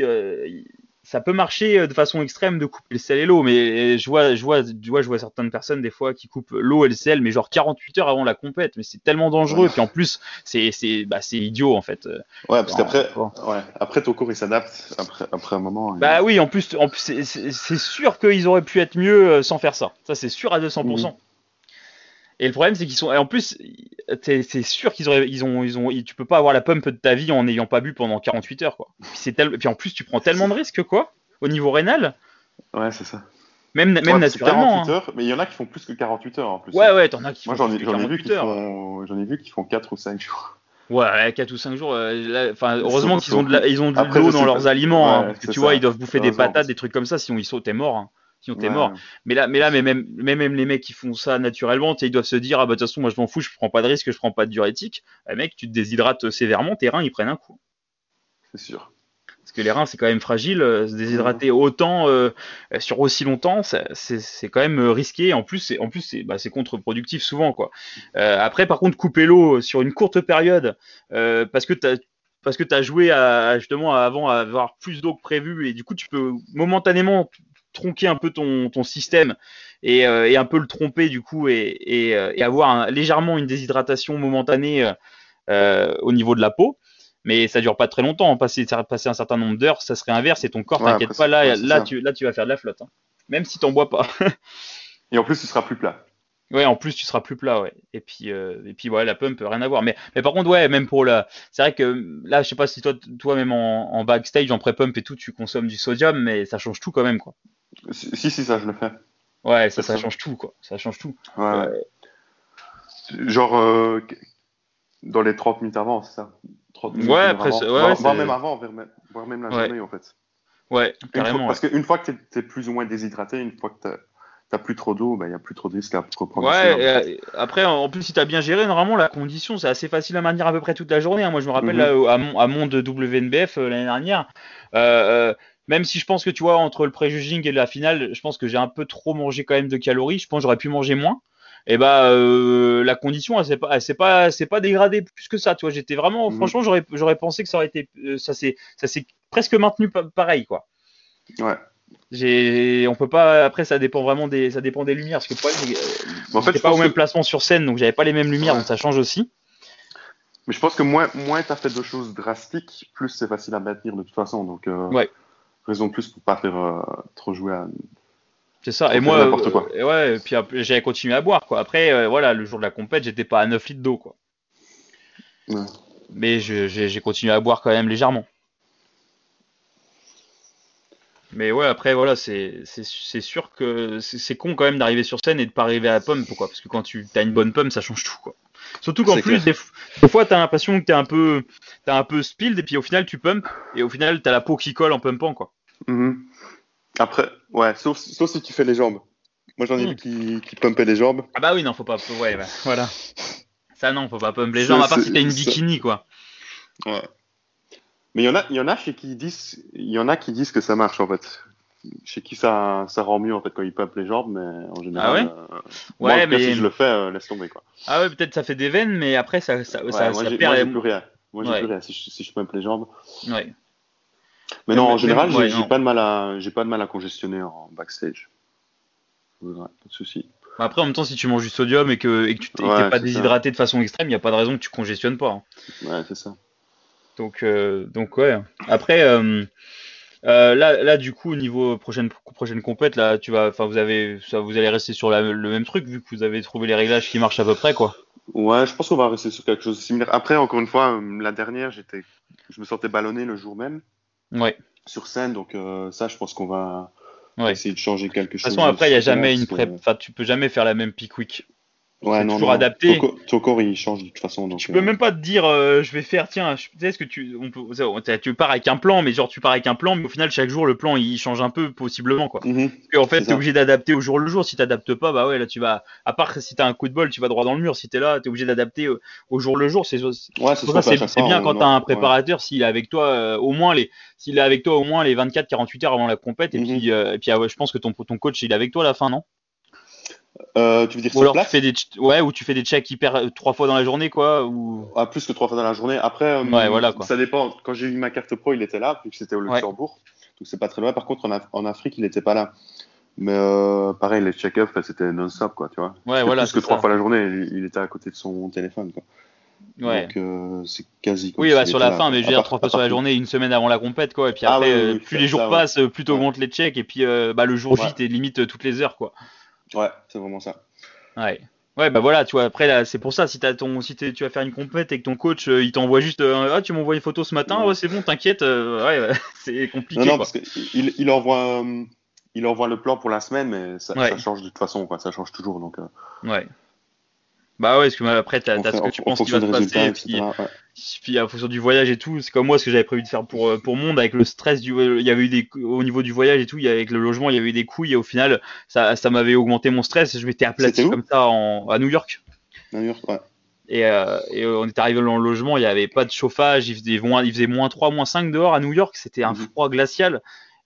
ça peut marcher de façon extrême de couper le sel et l'eau, mais je vois certaines personnes des fois qui coupent l'eau et le sel, mais genre 48 heures avant la compète, mais c'est tellement dangereux. Puis en plus, c'est idiot en fait. Ouais, parce En- qu'après, ouais, après ton corps il s'adapte après un moment. Bah oui, en plus c'est sûr qu'ils auraient pu être mieux sans faire ça. Ça c'est sûr à Mhm. 200%. Et le problème, c'est qu'ils sont. Et en plus, c'est sûr qu'ils auraient. Tu peux pas avoir la pump de ta vie en n'ayant pas bu pendant 48 heures, quoi. Puis en plus, tu prends tellement C'est- de risques, quoi, au niveau rénal, Ouais, c'est ça. même Ouais, parce que naturellement. 48 Hein. heures, mais il y en a qui font plus que 48 heures en plus, Ouais, hein. ouais, t'en as qui Moi, font plus que j'en ai vu 48 heures. j'en ai vu qui font 4 ou 5 jours. Ouais, 4 ou 5 jours. Enfin, heureusement qu'ils ont Sauf que, ils ont de après, je l'eau dans sais pas. leurs aliments, hein, Ouais, parce que c'est tu vois, ils ça. doivent bouffer des Heureusement, patates, parce des que, trucs comme ça, sinon ils sautent, t'es mort. Hein. Sinon t'es ouais, mort. Mais là, c'est sûr. même les mecs qui font ça naturellement, tu sais, ils doivent se dire, ah bah de toute façon, moi je m'en fous, je prends pas de risque, je prends pas de diurétique. Bah, mec, tu te déshydrates sévèrement, tes reins ils prennent un coup. C'est sûr. Parce que les reins, c'est quand même fragile. Se Mhm. déshydrater autant sur aussi longtemps, c'est quand même risqué. En plus, c'est contre-productif souvent, quoi. Après, par contre, couper l'eau sur une courte période, parce que t'as joué justement avant à avoir plus d'eau que prévu, et du coup, tu peux momentanément tronquer un peu ton système et un peu le tromper du coup et avoir légèrement une déshydratation momentanée au niveau de la peau. Mais ça dure pas très longtemps. Passer un certain nombre d'heures, ça se réinverse et ton corps, Ouais, t'inquiète après, pas, ouais, là, c'est là, ça. tu vas faire de la flotte. Hein. Même si t'en bois pas. Et en plus, ce sera plus plat. Ouais, en plus, tu seras plus plat, ouais. Et puis ouais, la pump, rien à voir. Mais par contre, ouais, même pour la. C'est vrai que là, je sais pas si toi même en backstage, en pré-pump et tout, tu consommes du sodium, mais ça change tout quand même, quoi. Si, ça, je le fais. Ouais, ça Perso. change tout, quoi. Ça change tout. Ouais, Euh, ouais. Genre, dans les 30 minutes avant, c'est ça. 30 minutes, ouais, une heure après, avant. ouais, ouais, Voire même avant, voire même la ouais, journée, en fait. ouais, carrément, ouais. Parce qu'une fois que tu es plus ou moins déshydraté, une fois que tu n'as plus trop d'eau, il n'y a plus trop de risque à reprendre du Ouais, sodium. après, en plus, si t'as bien géré, normalement, la condition, c'est assez facile à maintenir à peu près toute la journée. Hein. Moi, je me rappelle, là, Mhm. à Monde WNBF l'année dernière, euh, euh, même si je pense que, tu vois, entre le pré-judging et la finale, je pense que j'ai un peu trop mangé quand même de calories. Je pense que j'aurais pu manger moins. Et bah, la condition, elle s'est pas dégradée plus que ça. Tu vois, j'étais vraiment, Mhm. franchement, j'aurais pensé que ça aurait été, ça s'est presque maintenu pareil, quoi. Ouais. On peut pas. Après, ça dépend des lumières. Parce que le problème, c'est que, Mais en fait, j'étais je pas au pense que, même placement sur scène, donc j'avais pas les mêmes lumières, donc ouais. ça change aussi. Mais je pense que moins tu as fait de choses drastiques, plus c'est facile à maintenir de toute façon. Donc, Ouais, raison de plus pour pas faire trop jouer à c'est ça. Et trop moi, faire n'importe quoi. et ouais, et puis après, j'avais continué à boire, quoi. Après, voilà, le jour de la compète, j'étais pas à 9 litres d'eau, quoi. Ouais. Mais j'ai continué à boire quand même légèrement. Mais ouais, après, voilà, c'est sûr que c'est con quand même d'arriver sur scène et de pas arriver à la pomme, pourquoi? Parce que quand tu as une bonne pomme, ça change tout, quoi. Surtout qu'en C'est plus, clair. des fois, t'as l'impression que t'as un peu spilled, et puis au final, tu pumpes, et au final, t'as la peau qui colle en pumpant, quoi. Mhm. Après, ouais, sauf si tu fais les jambes. Moi, j'en ai vu Hmm. qui pumpaient les jambes. Ah bah oui, non, faut pas, ouais, bah, voilà. Ça, non, faut pas pump les jambes, à part si t'as une bikini, quoi. Ouais. Mais il y en a qui disent que ça marche en fait. Chez qui ça rend mieux en fait quand ils pumpent les jambes, mais en Ah général, ouais? moi en Ouais, tout cas si mais, je le fais, laisse tomber quoi. ah ouais, peut-être ça fait des veines, mais après, ça, ça, Ouais, ça, moi ça j'ai perd moi j'ai plus rien. Moi j'ai plus ouais, rien si je pumpe les jambes. ouais. Mais non, en général, Ouais, non. j'ai pas de mal à congestionner en backstage. Ouais, pas de souci. Après, en même temps, si tu manges du sodium et que t'es Ouais, pas c'est ça. déshydraté de façon extrême, il n'y a pas de raison que tu congestionnes pas. Hein. Ouais, c'est ça. Donc ouais. Après, là, du coup, au niveau prochaine compète, là, enfin, vous allez rester sur le même truc vu que vous avez trouvé les réglages qui marchent à peu près, quoi. Ouais, je pense qu'on va rester sur quelque chose de similaire. Après, encore une fois, la dernière, je me sentais ballonné le jour même Ouais, sur scène, donc ça, je pense qu'on va ouais. De essayer de changer quelque toute façon, chose après, il y sur a ce côté-là, jamais parce une que prep. Enfin, tu peux jamais faire la même peak week. ouais, C'est non, toujours non, adapté. ton corps il change de toute façon, Tu donc peux même pas te dire je vais faire tiens tu sais ce que tu pars avec un plan mais genre tu pars avec un plan mais au final chaque jour le plan il change un peu possiblement quoi mhm, parce qu'en fait c'est t'es ça. obligé d'adapter au jour le jour si t'adaptes pas bah ouais là tu vas à part si t'as un coup de bol tu vas droit dans le mur si t'es là t'es obligé d'adapter au jour le jour c'est Ouais, c'est ce pour ça qu'on fait à chaque c'est fois. bien quand t'as un Ouais. préparateur s'il est avec toi s'il est avec toi au moins les 24 48 heures avant la compète et Mhm. puis je pense que ton coach il est avec toi à la fin non Tu veux dire Ou sur alors place? ou tu fais des checks hyper 3 fois dans la journée, quoi. Ou Ah, plus que 3 fois dans la journée. Après, ouais, voilà quoi. ça dépend. Quand j'ai eu ma carte pro, il était là, vu que c'était au Ouais, Luxembourg. Donc c'est pas très loin. Par contre, en Afrique, il n'était pas là. Mais pareil, les check-ups, c'était non-stop, quoi, tu vois. ouais, C'était voilà, plus que c'est 3 ça. fois la journée. Il était à côté de son téléphone, quoi. Ouais. Donc c'est quasi comme Oui, bah, s'il sur était la là, fin, quoi. mais je veux dire 3 fois À sur part la que... journée, une semaine avant la compète, quoi. Et puis Ah oui, après, oui, oui, plus les jours ça, ouais. passent, plus Ouais, t'augmentes les checks. Et puis bah, le jour ouais, J, t'es limite toutes les heures, quoi. ouais, c'est vraiment ça. Ouais. Ouais, bah voilà, tu vois, après, là, c'est pour ça, si tu vas faire une compète et que ton coach, il t'envoie juste, ah, tu m'envoies une photo ce matin, ouais, Ouais. c'est bon, t'inquiète, ouais, c'est Non, compliqué, non, quoi. parce il envoie le plan pour la semaine, mais ça Ouais, change de toute façon, quoi. Ça change toujours. Donc, ouais. Bah ouais, parce que après, on t'as fait ce que tu en penses qui fonction va des se passer, résultats, et etc. Ouais. puis en fonction du voyage et tout, c'est comme moi ce que j'avais prévu de faire pour Monde, avec le stress il y avait eu au niveau du voyage et tout, avec le logement, il y avait eu des couilles, et au final, ça m'avait augmenté mon stress, et je m'étais C'était aplati comme où? ça à New York. À New York, ouais. On est arrivé dans le logement, il n'y avait pas de chauffage, il faisait -3, -5 dehors à New York, c'était un Mhm. froid glacial.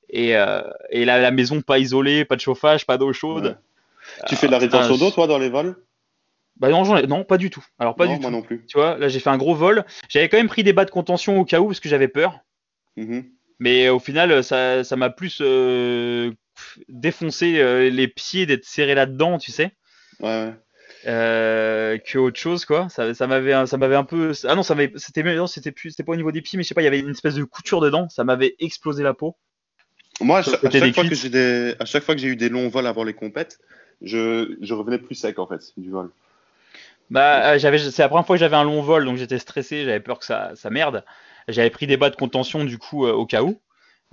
Et la maison pas isolée, pas de chauffage, pas d'eau Ouais. chaude. Tu fais de la Putain, rétention d'eau, toi, dans les vols? bah non, non, pas du tout. Alors pas Non, du moi tout. non plus. Tu vois, là j'ai fait un gros vol. J'avais quand même pris des bas de contention au cas où parce que j'avais peur. Mhm. Mais au final, ça m'a plus défoncé les pieds d'être serré là-dedans, tu sais, Ouais, ouais. que autre chose quoi. Ça m'avait un peu. Ah non, non, c'était pas au niveau des pieds, mais je sais pas, il y avait une espèce de couture dedans. Ça m'avait explosé la peau Moi, sur le à côté des chaque fois que cuisses. à chaque fois que j'ai eu des longs vols avant les compètes, je revenais plus sec, en fait, du vol. Bah, c'est la première fois que j'avais un long vol, donc j'étais stressé, j'avais peur que ça merde. J'avais pris des bas de contention du coup au cas où.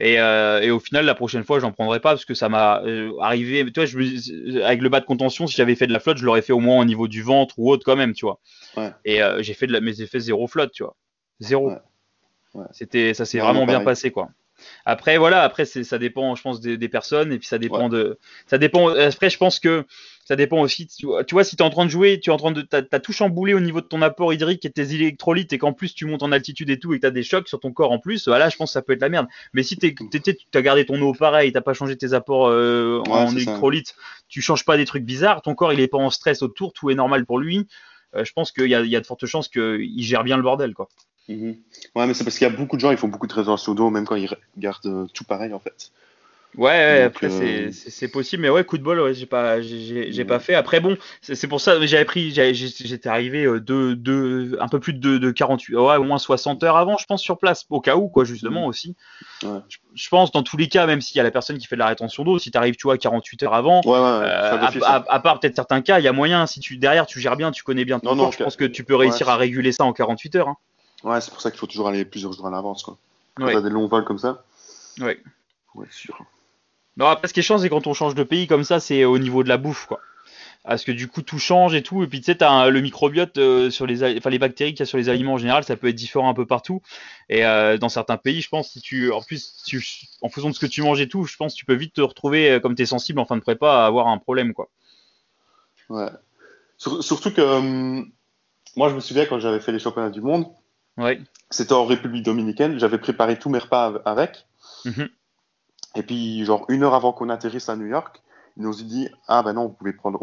Et au final, la prochaine fois, j'en prendrai pas parce que ça m'a arrivé. Tu vois, avec le bas de contention, si j'avais fait de la flotte, je l'aurais fait au moins au niveau du ventre ou autre quand même, tu vois. Ouais, Et j'ai fait mais j'ai fait zéro flotte, tu vois. Zéro. ouais, ouais. Ça s'est Non, moi, vraiment bien pareil. passé, quoi. Après, voilà, après, ça dépend, je pense, des personnes, et puis Ouais. ça dépend, après, je pense que ça dépend aussi, tu vois, si t'es en train de jouer, tu es en train de, t'as tout chamboulé au niveau de ton apport hydrique et de tes électrolytes, et qu'en plus tu montes en altitude et tout, et que t'as des chocs sur ton corps en plus, voilà, je pense que ça peut être la merde. Mais si t'as gardé ton eau pareil, t'as pas changé tes apports Ouais, en c'est ça. électrolytes, tu changes pas des trucs bizarres, ton corps il est pas en stress autour, tout est normal pour lui, je pense qu'il y a de fortes chances qu'il gère bien le bordel, quoi. Mhm. Ouais, mais c'est parce qu'il y a beaucoup de gens, ils font beaucoup de rétention d'eau, même quand ils gardent tout pareil, en fait. Ouais, ouais, Donc, après c'est possible, mais ouais, coup de bol, ouais, j'ai pas ouais. fait. Après bon, c'est pour ça, j'avais pris, j'étais arrivé un peu plus de 48, ouais, au moins 60 heures avant, je pense, sur place, au cas où, quoi, justement Mhm. aussi. Ouais. Je pense dans tous les cas, même s'il y a la personne qui fait de la rétention d'eau, si t'arrives, tu vois, 48 heures avant, Ouais, ouais, ça d'office, hein. à part peut-être certains cas, il y a moyen, si derrière tu gères bien, tu connais bien ton Non, corps, non, je pense que tu peux ouais, réussir à réguler ça en 48 heures, hein. ouais, c'est pour ça qu'il faut toujours aller plusieurs jours à l'avance, quoi. Quand Ouais, t'as des longs vols comme ça, ouais. faut être sûr. Non, après, ce qui est chiant, c'est quand on change de pays comme ça, c'est au niveau de la bouffe, quoi. Parce que du coup tout change et tout, et puis tu sais le microbiote sur enfin les bactéries qu'il y a sur les aliments en général, ça peut être différent un peu partout, et dans certains pays, je pense, si tu en plus en fonction de ce que tu manges et tout, je pense que tu peux vite te retrouver comme tu es sensible en fin de prépa à avoir un problème, quoi. Ouais. Surtout que moi, je me souviens quand j'avais fait les championnats du monde, Ouais. c'était en République dominicaine, j'avais préparé tous mes repas avec. Mhm. Et puis, genre, 1 heure avant qu'on atterrisse à New York, ils nous ont dit, ah ben non, vous pouvez prendre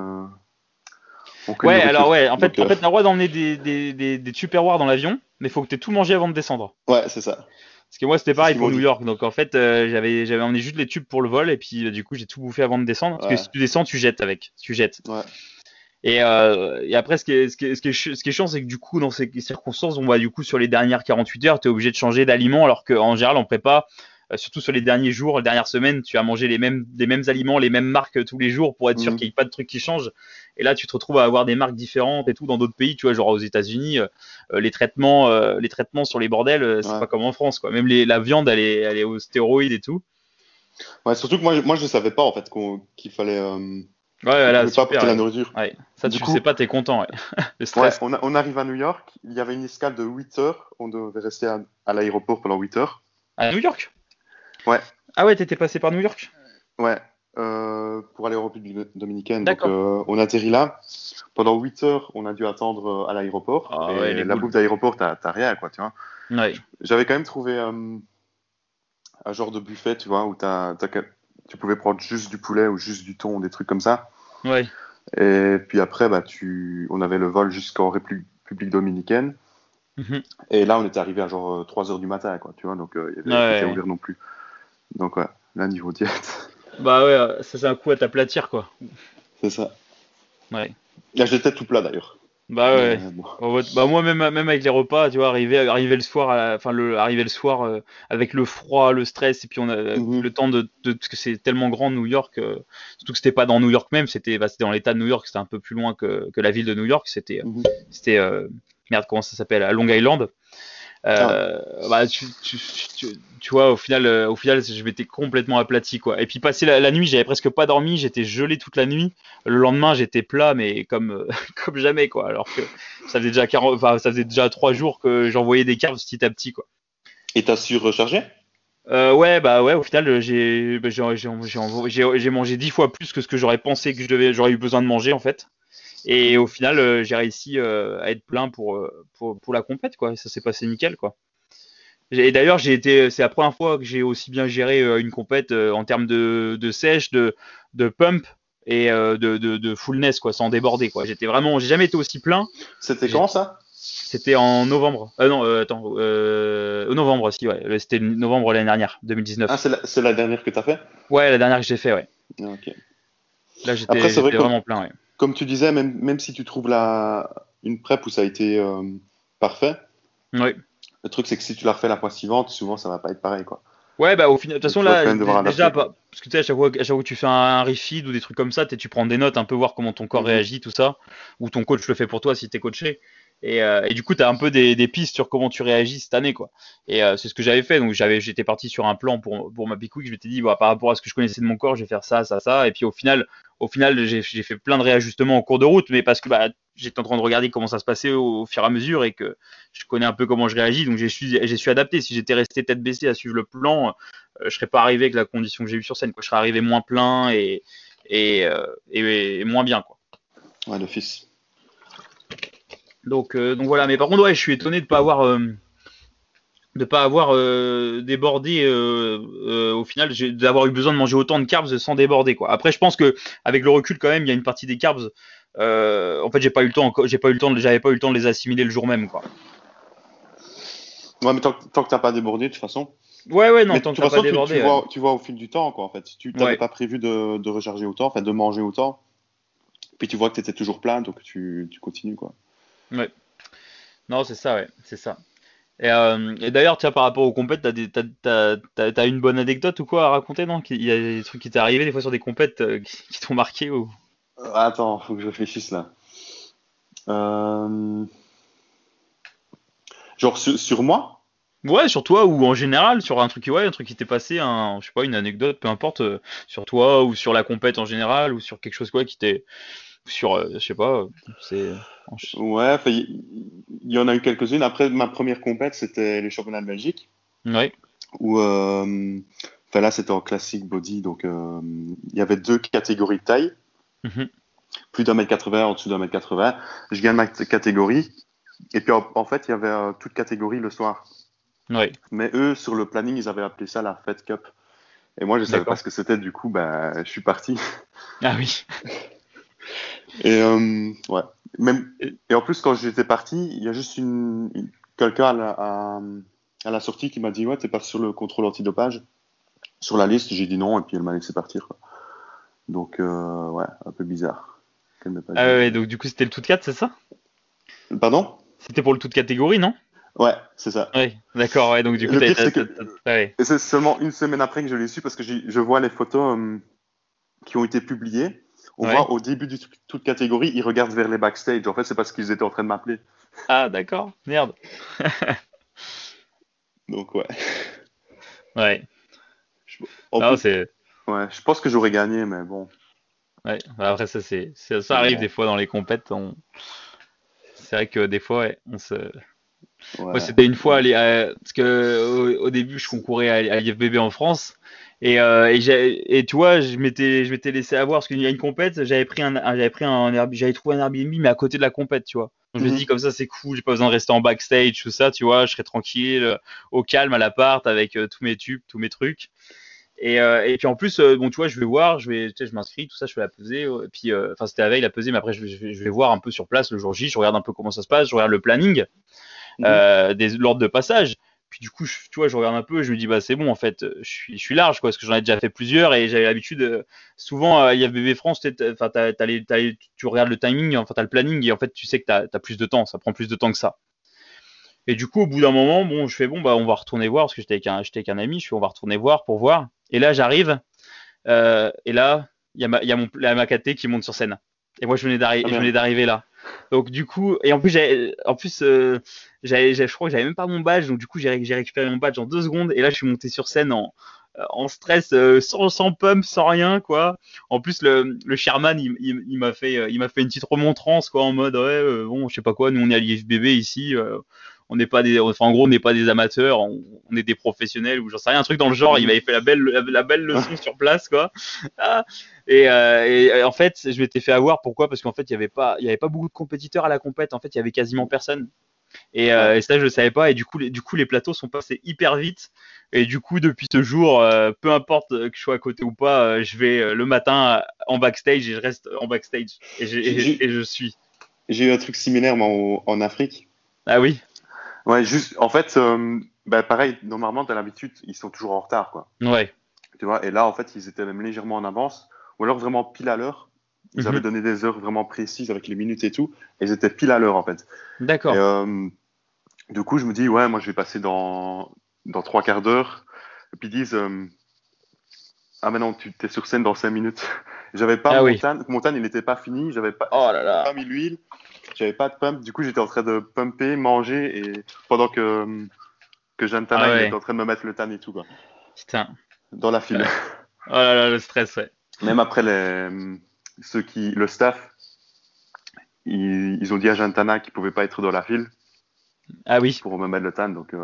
aucune Ouais, alors nourriture. ouais, en fait Donc, en fait t'as le droit d'emmener des tupperwares dans l'avion, mais faut que t'aies tout mangé avant de descendre. ouais, c'est ça. Parce que moi c'était C'est ce pareil qu'ils pour m'ont New dit. York, donc en fait j'avais emmené juste les tubes pour le vol, et puis du coup j'ai tout bouffé avant de descendre, parce que Ouais, si tu descends tu jettes avec, tu jettes. ouais. Et après, ce qui est chiant, c'est que du coup, dans ces circonstances, on va du coup sur les dernières 48 heures, tu es obligé de changer d'aliment, alors qu'en général, en prépa, surtout sur les derniers jours, les dernières semaines, tu vas manger les mêmes aliments, les mêmes marques tous les jours pour être sûr qu'il Mhm. n'y ait pas de trucs qui changent. Et là, tu te retrouves à avoir des marques différentes et tout dans d'autres pays, tu vois, genre aux États-Unis, les traitements sur les bordels, c'est Ouais. pas comme en France, quoi. Même la viande, elle est aux stéroïdes et tout. Ouais, surtout que moi, je savais pas, en fait, qu'il fallait, Ouais, qu'on voilà, pouvait pas super. apporter la Ouais. nourriture. Ouais. Ça, Du tu le sais coup, pas, t'es content, ouais. Le ouais, stress. on arrive à New York, il y avait une escale de 8 heures, on devait rester à l'aéroport pendant 8 heures. À New York? Ouais, Ah ouais, t'étais passé par New York? ouais, pour aller en République dominicaine. Donc, D'accord. on atterrit là. Pendant 8 heures, on a dû attendre à l'aéroport. Ah ouais, les Et la boules. bouffe d'aéroport, t'as rien, quoi, tu vois. Ouais. J'avais quand même trouvé un genre de buffet, tu vois, où tu pouvais prendre juste du poulet ou juste du thon, des trucs comme ça. Ouais. Et puis après, on avait le vol jusqu'en République dominicaine. Mhm. Et là, on était arrivé à genre 3 heures du matin, quoi, tu vois, donc il y Ouais, avait rien qui était ouais. ouvert non plus. Donc ouais, là, niveau diète, Bah ouais, ça c'est un coup à t'aplatir, quoi. c'est ça. Ouais. Là, j'étais tout plat d'ailleurs. Bah Mais ouais. bon. Bah moi même avec les repas, tu vois, arriver le soir, arriver le soir avec le froid, le stress, et puis on a Mhm, le temps parce que c'est tellement grand New York, surtout que c'était pas dans New York même, c'était dans l'État de New York, c'était un peu plus loin que la ville de New York, mhm. c'était merde comment ça s'appelle, à Long Island. Ah, Bah tu vois au final je m'étais complètement aplati quoi. Et puis passer la nuit, j'avais presque pas dormi, j'étais gelé toute la nuit. Le lendemain j'étais plat mais comme comme jamais quoi. Alors que ça faisait déjà 3 jours que j'envoyais des carbs petit à petit quoi. et t'as su recharger? Ouais bah ouais au final j'ai mangé 10 fois plus que ce que j'aurais pensé que j'aurais eu besoin de manger en fait. Et au Mhm. final j'ai réussi à être plein pour la compète quoi. Et ça s'est passé nickel quoi. Et d'ailleurs, c'est la première fois que j'ai aussi bien géré une compète en termes de sèche, de pump et de fullness, quoi, sans déborder, quoi. J'ai jamais été aussi plein. C'était J'ai- quand ça? C'était en novembre. Non, attends, novembre, si, ouais. C'était novembre l'année dernière, Ah, 2019. c'est la dernière que t'as fait? Ouais, la dernière que j'ai fait, ouais. Ah, ok. Là, Après, c'est vrai, j'étais vraiment plein, ouais. comme tu disais, même si tu trouves une prep où ça a été parfait, Ouais. le truc c'est que si tu la refais la fois suivante, souvent ça va pas être pareil, quoi. Ouais, bah au final, de toute Donc façon tu vas là, quand même devoir déjà, adapter, quoi. parce que tu sais, à chaque fois que tu fais un refeed ou des trucs comme ça, tu prends des notes, un peu voir comment ton corps Mhm, réagit, tout ça, ou ton coach le fait pour toi si t'es coaché. Et du coup, tu as un peu des pistes sur comment tu réagis cette année, quoi. Et c'est ce que j'avais fait. Donc j'étais parti sur un plan pour ma Peak Week. Je m'étais dit, bah, par rapport à ce que je connaissais de mon corps, je vais faire ça, ça, ça. Et puis au final, j'ai fait plein de réajustements en cours de route, mais parce que bah, j'étais en train de regarder comment ça se passait au fur et à mesure et que je connais un peu comment je réagis. Donc j'ai su adapter. Si j'étais resté tête baissée à suivre le plan, je serais pas arrivé avec la condition que j'ai eue sur scène, quoi. Je serais arrivé moins plein et moins bien, quoi. ouais, d'office. Donc voilà. Mais par contre, ouais, je suis étonné de pas avoir débordé au final, d'avoir eu besoin de manger autant de carbs sans déborder, quoi. Après, je pense que avec le recul, quand même, il y a une partie des carbs. En fait, j'avais pas eu le temps de les assimiler le jour même, quoi. Ouais, mais tant que t'as pas débordé, de toute façon. Ouais, ouais, Mais non, de tant que toute t'as pas façon, tu débordé, ouais. vois, au fil du temps, quoi, en fait. Tu t'avais Ouais, pas prévu de recharger autant, enfin de manger autant, puis tu vois que tu étais toujours plein, donc tu continues, quoi. ouais. Non, c'est ça, ouais, c'est ça. Et d'ailleurs, tiens, par rapport aux compètes, t'as une bonne anecdote ou quoi à raconter, non? Il y a des trucs qui t'est arrivé des fois sur des compètes qui t'ont marqué ou... Attends, faut que je réfléchisse là. Euh, Genre sur moi? Ouais, sur toi ou en général, sur un truc qui t'est passé, je sais pas, une anecdote, peu importe, sur toi ou sur la compète en général ou sur quelque chose quoi qui t'est, je sais pas, c'est, Ouais, enfin, il y en a eu quelques-unes. Après, ma première compète, c'était les championnats de Belgique, ouais, où, enfin là, c'était en classique body, donc il y avait deux catégories de taille, mhm, plus d'1 m 80, en dessous d'1 m 80. Je gagne ma catégorie, et puis en fait, il y avait toute catégorie le soir. ouais, Mais eux, sur le planning, ils avaient appelé ça la Fed Cup. Et moi, je savais pas d'accord. ce que c'était, du coup, ben, je suis parti. Ah oui. Et ouais. Même, Et- et en plus, quand j'étais parti, il y a juste quelqu'un à la sortie qui m'a dit, ouais, t'es pas sur le contrôle antidopage. Sur la liste, j'ai dit non, et puis elle m'a laissé partir, quoi. Donc, ouais, un peu bizarre qu'elle m'ait pas Ah dit. ouais, donc du coup c'était le tout de 4, c'est ça? Pardon? C'était pour le tout de catégorie, non? Ouais, c'est ça. Ouais, d'accord, ouais, donc du coup Le pire, c'est que ouais, et c'est seulement une semaine après que je l'ai su parce que je vois les photos qui ont été publiées. On ouais. voit au début du toute catégorie, ils regardent vers les backstage. En fait, c'est parce qu'ils étaient en train de m'appeler. Ah d'accord, merde. Donc, ouais. Ouais. Je- En Non, plus, c'est, ouais, je pense que j'aurais gagné, mais bon. ouais. Bah, après ça Mais arrive bon, des fois dans les compètes. C'est vrai que des fois, ouais, moi, ouais. c'était une fois, parce que au début, je concourais à l'IFBB en France. Et tu vois, je m'étais laissé avoir parce qu'il y a une compète, j'avais trouvé un Airbnb, mais à côté de la compète, tu vois. Donc, je me dis, Mhm. comme ça, c'est cool, j'ai pas besoin de rester en backstage, tout ça, tu vois, je serais tranquille, au calme, à l'appart, avec tous mes tubes, tous mes trucs. Et puis en plus, bon, tu vois, je vais voir, tu sais, je m'inscris, tout ça, je fais la pesée. Et puis, enfin, c'était la veille la pesée, mais après, je vais voir un peu sur place le jour J, je regarde un peu comment ça se passe, je regarde le planning, Mhm. l'ordre de passage. Puis du coup, tu vois, je regarde un peu, je me dis, bah c'est bon, en fait, je suis large, quoi, parce que j'en ai déjà fait plusieurs et j'avais l'habitude, souvent, il y a IFBB France, enfin, tu regardes le timing, enfin, t'as le planning et en fait, tu sais que t'as plus de temps, ça prend plus de temps que ça. Et du coup, au bout d'un moment, bon, je fais bon, bah, on va retourner voir, parce que j'étais avec un ami, je fais, on va retourner voir pour voir. Et là, j'arrive, et là, il y a la Makaté qui monte sur scène. Et moi, Ah je venais bien. d'arriver là. Donc, du coup, et en plus, je crois que j'avais même pas mon badge. Donc, du coup, j'ai récupéré mon badge en 2 secondes. Et là, je suis monté sur scène en stress, sans pump, sans rien, quoi. En plus, le chairman, il m'a fait une petite remontrance, quoi, en mode, ouais, bon, je sais pas quoi, nous, on est à l'IFBB ici. On n'est pas des, enfin, en gros, on n'est pas des amateurs, on est des professionnels ou j'en sais rien, un truc dans le genre. Il Mhm. m'avait fait la belle leçon sur place, quoi. Ah, et en fait, je m'étais fait avoir. Pourquoi? Parce qu'en fait, il y avait pas beaucoup de compétiteurs à la compète. En fait, il y avait quasiment personne. Ouais. Et ça, je le savais pas. Et du coup, les plateaux sont passés hyper vite. Et du coup, depuis ce jour, peu importe que je sois à côté ou pas, je vais le matin en backstage et je reste en backstage. J'ai j'ai- Et je suis. j'ai eu un truc similaire moi, en Afrique. Ah oui, Ouais, juste, en fait, bah, pareil, normalement, t'as l'habitude, ils sont toujours en retard, quoi. ouais. Tu vois, et là, en fait, ils étaient même légèrement en avance, ou alors vraiment pile à l'heure. Ils avaient Mhm. donné des heures vraiment précises avec les minutes et tout, et ils étaient pile à l'heure, en fait. Et D'accord. du coup, je me dis, ouais, moi, je vais passer dans 3 quarts d'heure. Et puis ils disent, ah, mais non, tu t'es sur scène dans 5 minutes. J'avais pas Ah oui. mon tan, il n'était pas fini, Oh là j'avais là. pas mis l'huile, j'avais pas de pump. Du coup, j'étais en train de pumper, manger, et pendant que Ah Jantana, il était ouais. en train de me mettre le tan et tout, quoi, Putain. dans la file. Ouais. Oh là là, le stress, ouais. Même après, le staff, ils ont dit à Jantana qu'il pouvait pas être dans la file Ah oui. pour me mettre le tan, donc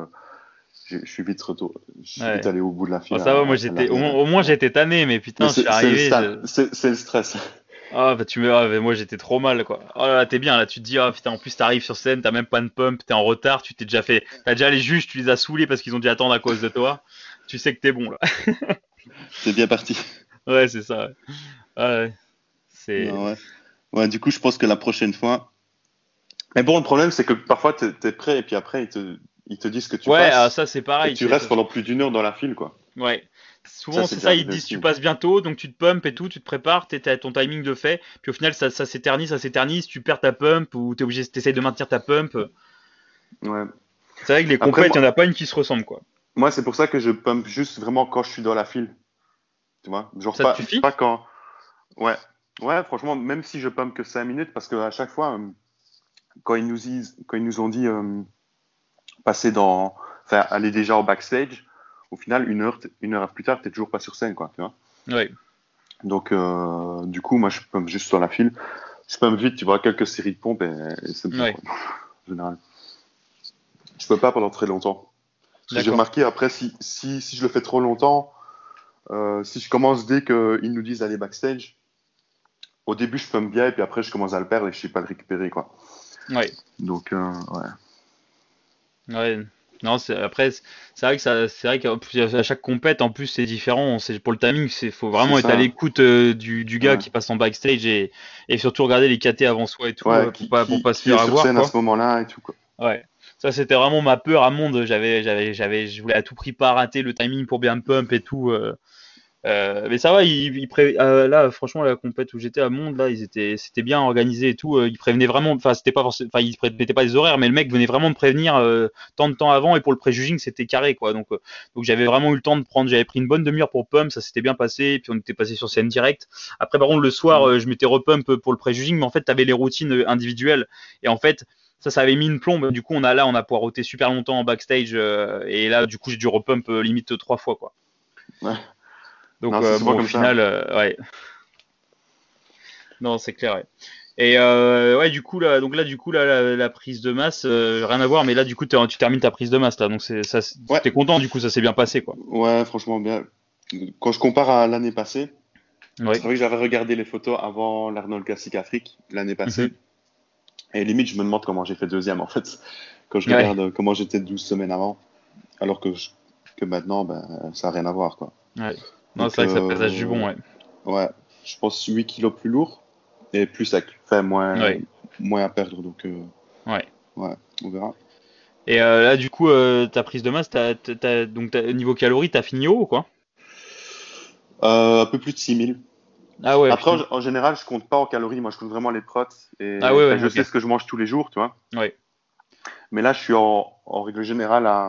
je suis vite Ouais. allé au bout de la Bon, file ça va, moi à j'étais, l'arrière. au moins Ouais. j'étais tanné, mais Mais putain, je suis arrivé. c'est le stress. Ah, bah ah, mais moi j'étais trop mal, quoi. Oh là là, t'es bien, là, tu te dis, ah putain, en plus t'arrives sur scène, t'as même pas de pump, t'es en retard, t'as déjà les juges, tu les as saoulés parce qu'ils ont dû attendre à cause de toi. Tu sais que t'es bon, là. T'es bien parti. Ouais, c'est ça, ouais. Ah ouais, c'est. Non, ouais. Ouais, du coup, je pense que la prochaine fois. Mais bon, le problème, c'est que parfois, t'es prêt et puis après, ils te disent que tu Ouais, ah, passes ça c'est et pareil, tu restes pendant plus d'une heure dans la file, quoi. ouais. Ça, Souvent, c'est c'est déjà ça, ils te arrivé disent tu aussi. passes bientôt, donc tu te pumpes et tout, tu te prépares, t'as ton timing de fait, puis au final, ça s'éternise, tu perds ta pump ou t'essayes de maintenir ta pump. Ouais. C'est vrai que les Après, compètes, il y en a pas une qui se ressemble, quoi. moi, c'est pour ça que je pump juste vraiment quand je suis dans la file. Tu vois? Genre Ça te suffit? pas quand. Ouais. Ouais, franchement, même si je pump que 5 minutes, parce qu'à chaque fois, quand ils nous ont dit passer enfin, aller déjà au backstage, au final, une heure plus tard, t'es toujours pas sur scène, quoi. Tu vois? Ouais. Donc, du coup, moi, je pump juste sur la file. Je pump vite, tu vois, quelques séries de pompes et c'est bon, Ouais. quoi. En général. Je peux pas pendant très longtemps. Parce que j'ai D'accord. remarqué après, si je le fais trop longtemps, si je commence dès qu'ils nous disent d'aller backstage, au début je pump bien et puis après je commence à le perdre et je sais pas le récupérer, quoi. Ouais. Donc, ouais. Ouais. Non, c'est vrai que c'est vrai qu'à à chaque compète, en plus, c'est différent. C'est pour le timing, faut C'est vraiment être à ça. l'écoute du gars Ouais. qui passe en backstage et surtout regarder les KT avant soi et tout, Ouais, pour pas se qui faire est sur avoir, scène à quoi. ce moment-là et tout, quoi. Ouais. Ça, c'était vraiment ma peur à monde. Je voulais à tout prix pas rater le timing pour bien pump et tout. Mais ça va, là, franchement, la compète où j'étais à Monde, là, c'était bien organisé et tout. Ils prévenaient vraiment, enfin, c'était pas forcément, enfin, ils mettaient pas les horaires, mais le mec venait vraiment de prévenir tant de temps avant et pour le pré-juging, c'était carré, quoi. Donc j'avais vraiment eu le temps de j'avais pris une bonne demi-heure pour pump, ça s'était bien passé, et puis on était passé sur scène direct. Après, par contre, le soir, Mhm. je m'étais repump pour le pré-juging, mais en fait, t'avais les routines individuelles et en fait, ça avait mis une plombe. Du coup, on a poireauté super longtemps en backstage et là, du coup, j'ai dû repump limite 3 fois, quoi. Ouais. Donc Non, c'est souvent bon, au comme ça. final, ouais, non, c'est clair. Ouais. Et ouais, du coup là, du coup là, la prise de masse, rien à voir, mais là, du coup, tu termines ta prise de masse là, donc Ouais. t'es content, du coup, ça s'est bien passé, quoi. Ouais, franchement, bien. Quand je compare à l'année passée, c'est Ouais. vrai que j'avais regardé les photos avant l'Arnold Classic Afrique l'année passée. Mhm. Et limite, je me demande comment j'ai fait deuxième, en fait, quand je Ouais. regarde comment j'étais 12 semaines avant, alors que maintenant, ben, ça n'a rien à voir, quoi. Ouais. Non, Donc, c'est vrai que ça présage du bon, ouais. ouais, je pense 8 kilos plus lourd et plus sec. Enfin, Ouais, moins à perdre. Donc, ouais. ouais, on verra. Et là, du coup, ta prise de masse, donc niveau calories, t'as fini haut ou quoi? Un peu plus de 6 000. Ah ouais, Après, putain. en général, je compte pas en calories. Moi, je compte vraiment les protes. Ah Et ouais, enfin, ouais, je ok. sais ce que je mange tous les jours, tu vois. Ouais, Mais là, je suis en règle générale à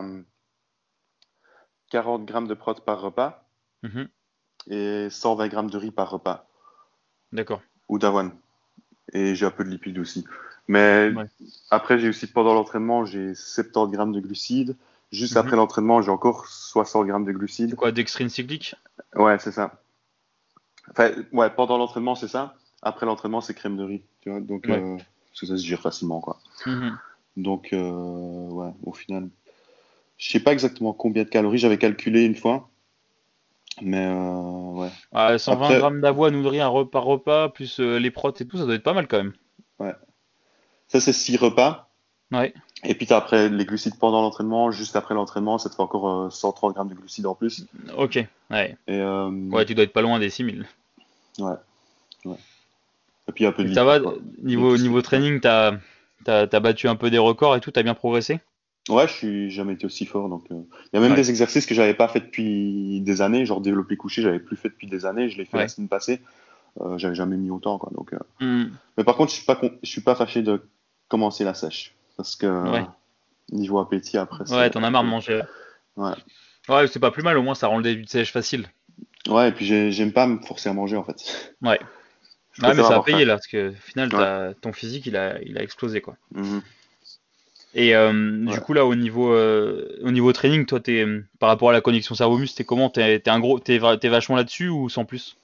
40 grammes de protes par repas mhm, et 120 grammes de riz par repas d'accord. ou d'avoine. Et j'ai un peu de lipides aussi. Mais Ouais. après, j'ai aussi pendant l'entraînement, j'ai 70 grammes de glucides. Juste Mhm. après l'entraînement, j'ai encore 60 grammes de C'est glucides. quoi, dextrine cyclique? Ouais, c'est ça. Enfin, ouais, pendant l'entraînement, c'est ça. Après l'entraînement, c'est crème de riz. Tu vois, donc, Ouais. parce que ça se gère facilement, quoi. Mhm. Donc, ouais, au final, je sais pas exactement combien de calories j'avais calculé une fois, mais ouais. 120 Après, grammes d'avoine ou de riz par repas, plus les protes et tout, ça doit être pas mal quand même. ouais. Ça, c'est 6 repas. Ouais, Et puis, t'as après les glucides pendant l'entraînement. Juste après l'entraînement, ça te fait encore 130 grammes de glucides en plus. ok. Ouais. Et Ouais, tu dois être pas loin des 6 000. ouais, ouais. Et puis, un peu Et de ça va, lipides, quoi. De tout ce qui niveau est. Ouais, training, t'as battu un peu des records et tout, t'as bien progressé? ouais, je suis jamais été aussi fort. Donc, il y a même Ouais, des exercices que j'avais pas fait depuis des années. Genre développé couché, j'avais plus fait depuis des années. Je l'ai fait la ouais. semaine passée. J'avais jamais mis autant, quoi. Donc, Mhm. mais par contre, je suis pas fâché de commencer la sèche. Parce que Ouais, niveau appétit, après, ouais, t'en as marre de manger. ouais. Ouais, c'est pas plus mal, au moins ça rend le début de sèche facile. Ouais, et puis j'aime pas me forcer à manger, en fait. Ouais. Je Ouais, mais préfère ça a avoir payé faim. là, parce que au final, Ouais. ton physique, il a explosé, quoi. Mhm. Et du Ouais. coup, là, au niveau training, toi, par rapport à la connexion cerveau-muscle, t'es comment? T'es vachement là-dessus ou sans plus?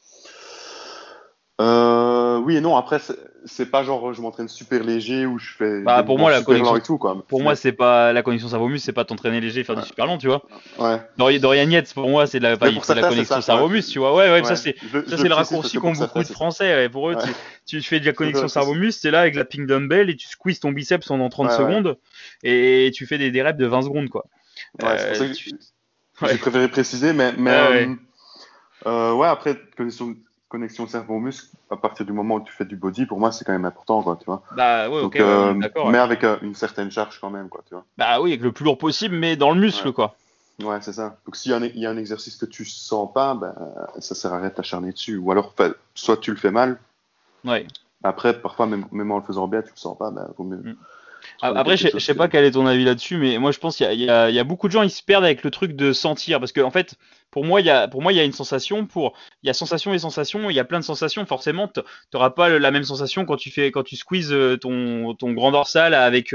Oui et non, après, c'est pas genre je m'entraîne super léger ou je fais des Bah, mouvements super lents et tout, quoi. pour moi, c'est pas la connexion cerveau-muscle, c'est pas t'entraîner léger, faire du Ouais. super lent, tu vois. Ouais. Dorian Yates, pour moi, enfin, Mais il pour fait de la certains, c'est connexion ça, tu vois. cerveau-muscle, tu vois. Ouais, ouais, Ouais. ça, Je c'est le le précise parce raccourci que qu'ont pour beaucoup certains, de c'est ça. Français. Ouais. Pour eux, Ouais. tu fais de la Je préfère connexion le préciser. cerveau-muscle, t'es là avec la ping dumbbell et tu squeezes ton biceps pendant 30 Ouais, ouais. secondes et tu fais des reps de 20 secondes, quoi. Ouais, c'est pour ça que Tu... j'ai Ouais, préféré préciser, mais ouais, ouais. ouais, après, connexion cerveau-muscle, à partir du moment où tu fais du body, pour moi, c'est quand même important, quoi, tu vois. Bah, ouais, ok, Donc, ouais, on est d'accord, mais ouais. avec une certaine charge quand même, quoi, tu vois. Bah oui, avec le plus lourd possible, mais dans le Ouais, muscle, quoi. ouais, c'est ça. Donc, s'il y a il y a un exercice que tu sens pas, ben, ça sert à rien de t'acharner dessus. Ou alors, enfin, soit tu le fais mal, Ouais. après, parfois, même en le faisant bien, tu le sens pas, ben, vaut mieux Mm. trouver Après, quelque je chose sais que. pas quel est ton avis là-dessus, mais moi je pense qu'il y a beaucoup de gens ils se perdent avec le truc de sentir, parce que en fait, pour moi il y a une sensation, il y a sensation et sensation, il y a plein de sensations. Forcément, t'auras pas la même sensation quand tu squeezes ton grand dorsal avec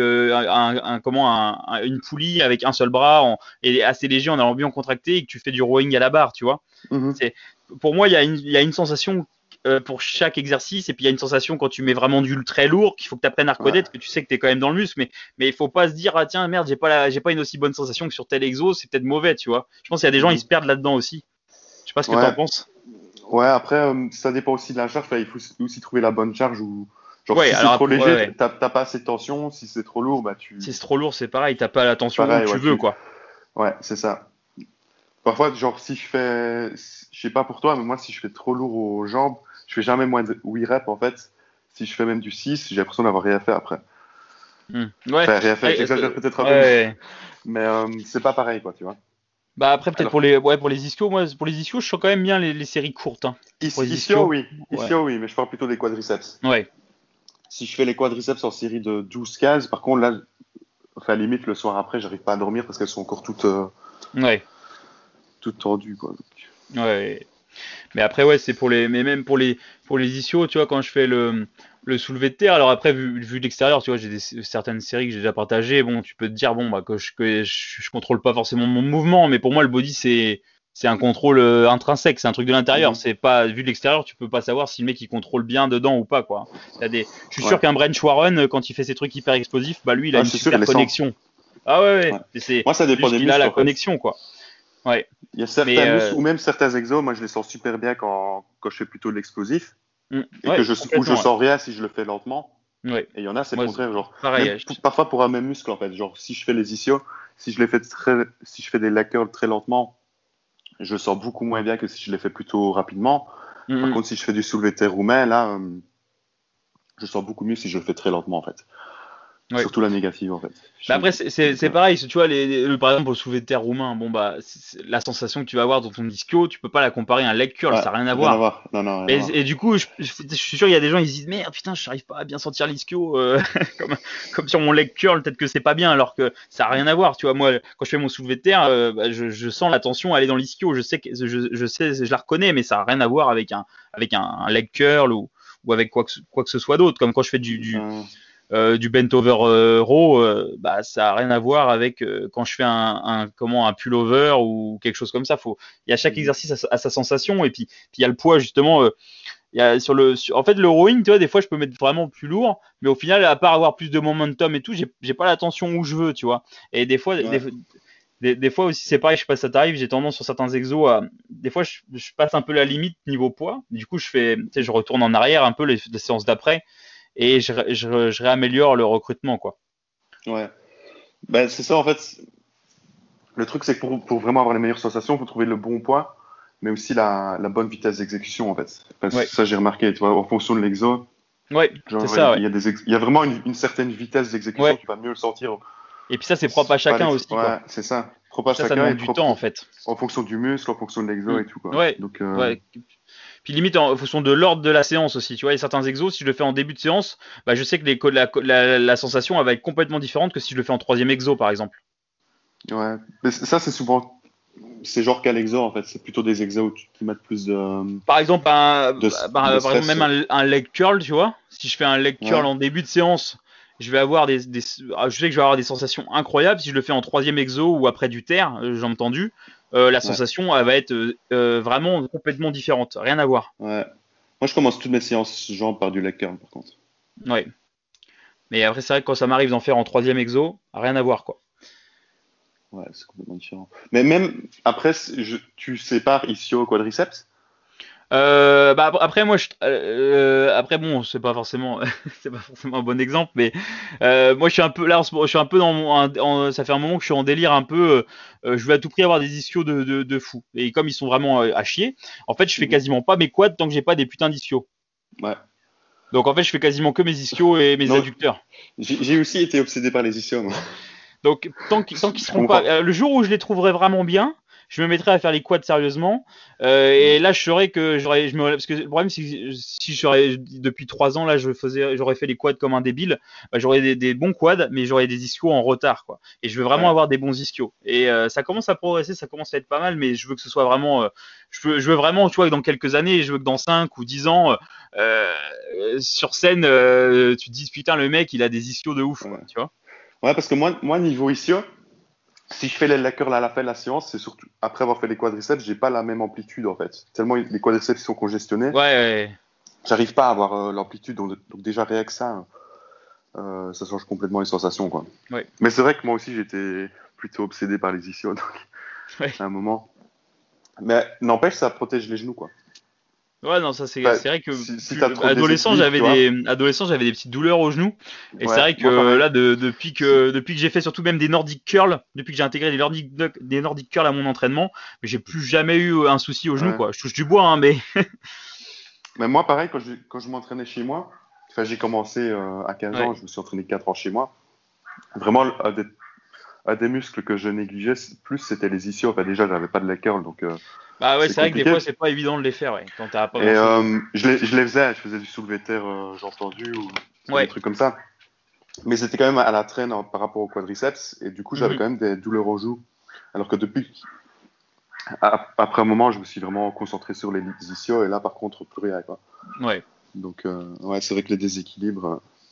une poulie avec un seul bras et assez léger en allant bien contracté et que tu fais du rowing à la barre, tu vois. Mhm. C'est, pour moi, il y a une sensation pour chaque exercice, et puis il y a une sensation quand tu mets vraiment du très lourd qu'il faut que tu apprennes à Ouais. reconnaître, que tu sais que tu es quand même dans le muscle, mais il faut pas se dire ah tiens merde j'ai pas une aussi bonne sensation que sur tel exo, c'est peut-être mauvais, tu vois. Je pense qu'il y a des gens ils se Mhm. perdent là-dedans aussi. Je sais pas ce que tu en Ouais. penses. Ouais, après, ça dépend aussi de la charge. Enfin, il faut aussi trouver la bonne charge ou. Genre, Ouais, si c'est alors trop ouais, léger, ouais. t'as pas assez de tension. Si c'est trop lourd, bah, Si c'est trop lourd, c'est pareil, t'as pas l'attention où pareil, tu ouais, veux quoi. ouais, c'est ça. Parfois, genre, je sais pas pour toi, mais moi, si je fais trop lourd aux jambes, je fais jamais moins de 8 reps, en fait. Si je fais même du 6, j'ai l'impression d'avoir rien fait après. Ouais. Enfin, rien fait, Ouais, j'exagère peut-être un peu, ouais. mais c'est pas pareil, quoi, tu vois. Bah après peut-être Alors, pour les ischios, moi pour les ischios, je sens quand même bien les séries courtes hein. Pour les ischio, ischios. oui. Ouais. Ischio, oui, mais je parle plutôt des quadriceps. Ouais. Si je fais les quadriceps en série de 12 cases, par contre, là, enfin, limite, le soir après, j'arrive pas à dormir parce qu'elles sont encore Ouais. toutes tendues, quoi. Ouais. Mais après, ouais, c'est mais même pour les ischios, tu vois, quand je fais le soulevé de terre, alors après, vu de l'extérieur, tu vois, certaines séries que j'ai déjà partagées, bon, tu peux te dire, bon, bah, je contrôle pas forcément mon mouvement, mais pour moi, le body, c'est un contrôle intrinsèque, c'est un truc de l'intérieur. Mhm. C'est pas, vu de l'extérieur, tu peux pas savoir si le mec, il contrôle bien dedans ou pas, quoi. Je suis sûr Ouais. qu'un Brent Warren, quand il fait ses trucs hyper explosifs, bah, lui, il a Ah, une c'est sûr, il super les sent. connexion. Ah ouais, Ouais. ouais. Moi, ça C'est dépend juste des qu'il a muscles, la en fait. connexion, quoi. Ouais. Il y a Mais, certains muscles ou même certains exos, moi, je les sens super bien quand je fais plutôt de l'explosif et ouais, où je complètement, ouais. sens rien si je le fais lentement. Ouais. Et il y en a, c'est le Moi, contraire, genre, pareil. parfois pour un même muscle, en fait. Genre, si je fais les ischios, si je fais des lat curls très lentement, je le sens beaucoup moins bien que si je l'ai fait plutôt rapidement. Par Mhm. contre, si je fais du soulevé de terre roumain, là, je sens beaucoup mieux si je le fais très lentement, en fait. Ouais. Surtout la négative, en fait. Bah après, Donc, c'est pareil, tu vois, par exemple, pour le soulevé de terre roumain, bon, bah, la sensation que tu vas avoir dans ton ischio, tu peux pas la comparer à un leg curl, ouais, ça n'a rien à rien à voir. voir. Non, non, rien à voir. Et du coup, je suis sûr, il y a des gens, ils se disent, merde, putain, je n'arrive pas à bien sentir l'ischio, comme, comme sur mon leg curl, peut-être que c'est pas bien, alors que ça n'a rien à voir, tu vois. Moi, quand je fais mon soulevé de terre, bah, je sens la tension aller dans l'ischio, je sais, je la reconnais, mais ça n'a rien à voir avec un leg curl ou avec quoi que ce soit d'autre, comme quand je fais du bent over row, bah ça a rien à voir avec quand je fais un pullover ou quelque chose comme ça. Il y a chaque exercice à sa sensation et puis il y a le poids justement. Il y a en fait le rowing, tu vois, des fois je peux mettre vraiment plus lourd, mais au final à part avoir plus de momentum et tout, j'ai pas la tension où je veux, tu vois. Et des fois, Ouais. des fois aussi c'est pareil, je sais pas si ça t'arrive, j'ai tendance sur certains exos à des fois je passe un peu la limite niveau poids. Du coup tu sais, je retourne en arrière un peu les séances d'après et je réaméliore le recrutement, quoi. Ouais. Ben, c'est ça, en fait. Le truc, c'est que pour vraiment avoir les meilleures sensations, il faut trouver le bon poids, mais aussi la bonne vitesse d'exécution, en fait. Parce que Ouais, ça, j'ai remarqué, tu vois, en fonction de l'exo, ouais, c'est genre, ça, ouais. il y a vraiment une certaine vitesse d'exécution, Ouais. tu vas mieux le sentir. Et puis ça, c'est propre à chacun aussi, quoi. Ouais, c'est ça. Propre à Ça chacun et demande du temps, en propre fait. en fonction du muscle, en fonction de l'exo Mm. et tout, quoi. Ouais, Donc, ouais. Puis limite en fonction de l'ordre de la séance aussi. Tu vois, il y a certains exos, si je le fais en début de séance, bah, je sais que la sensation, elle va être complètement différente que si je le fais en troisième exo, par exemple. ouais. Mais ça, c'est souvent, c'est genre quel exo, en fait. C'est plutôt des exos qui mettent plus Par exemple, de, de par exemple, stress. même un leg curl, tu vois. Si je fais un leg curl Ouais, en début de séance, je vais avoir je sais que je vais avoir des sensations incroyables. Si je le fais en troisième exo ou après du terre, j'ai entendu, la ouais, sensation, elle va être vraiment complètement différente. Rien à voir. ouais. Moi, je commence toutes mes séances jambes par du leg curl, par contre. Ouais. Mais après, c'est vrai que quand ça m'arrive d'en faire en troisième exo, rien à voir, quoi. Ouais, c'est complètement différent. Mais même après, tu sépares ischio quadriceps? Bah après moi après bon c'est pas forcément c'est pas forcément un bon exemple mais moi je suis un peu là en ce moment, je suis un peu ça fait un moment que je suis en délire un peu je veux à tout prix avoir des ischios de fou et comme ils sont vraiment à chier en fait je fais Mhm. quasiment pas mes quads tant que j'ai pas des putains d'ischios Ouais. donc en fait je fais quasiment que mes ischios et mes Non, adducteurs j'ai aussi été obsédé par les ischios, moi. donc tant qu'ils Je seront pas comprends. le jour où je les trouverai vraiment bien je me mettrai à faire les quads sérieusement Mhm. et là je saurais que parce que le problème c'est que si j'aurais depuis 3 ans là j'aurais fait les quads comme un débile bah, j'aurais des bons quads mais j'aurais des ischios en retard quoi et je veux vraiment Ouais. avoir des bons ischios et ça commence à progresser ça commence à être pas mal mais je veux que ce soit vraiment je veux vraiment tu vois que dans quelques années je veux que dans 5 ou 10 ans sur scène tu te dises putain le mec il a des ischios de ouf quoi Ouais. tu vois. Ouais, parce que moi, niveau ischio, si je fais les curls à la fin de la séance, c'est surtout après avoir fait les quadriceps, j'ai pas la même amplitude en fait. Tellement les quadriceps sont congestionnés, Ouais, ouais. j'arrive pas à avoir l'amplitude. Donc déjà rien que ça change complètement les sensations quoi. Ouais. Mais c'est vrai que moi aussi j'étais plutôt obsédé par les ischios donc, Ouais. à un moment. Mais n'empêche, ça protège les genoux quoi. Ouais, non, ça Enfin, c'est vrai que si t'as trop de adolescent, déséquilibre, tu vois. j'avais des petites douleurs aux genoux. Et c'est Ouais, vrai moi que pareil. là, depuis que j'ai fait surtout même des Nordic curls, depuis que j'ai intégré des Nordic curls à mon entraînement, mais j'ai plus jamais eu un souci aux genoux, Ouais. quoi. Je touche du bois, hein, mais Mais moi pareil, quand je m'entraînais chez moi, enfin, j'ai commencé à 15 ans, ouais. je me suis entraîné 4 ans chez moi. Vraiment, à des muscles que je négligeais plus, c'était les ischios. Enfin, déjà, j'avais pas de leg curl, donc Bah ouais, c'est c'est vrai que des compliqué. fois, c'est pas évident de les faire, ouais, quand t'as pas Et grand-chose. je les faisais, je faisais du soulevé de terre, j'ai entendu, ou des Ouais. trucs comme ça. Mais c'était quand même à la traîne par rapport au quadriceps, et du coup, j'avais Mhm. quand même des douleurs aux joues. Alors que après un moment, je me suis vraiment concentré sur les ischios, et là, par contre, plus rien, quoi. Ouais. Donc, ouais, c'est vrai que les déséquilibres,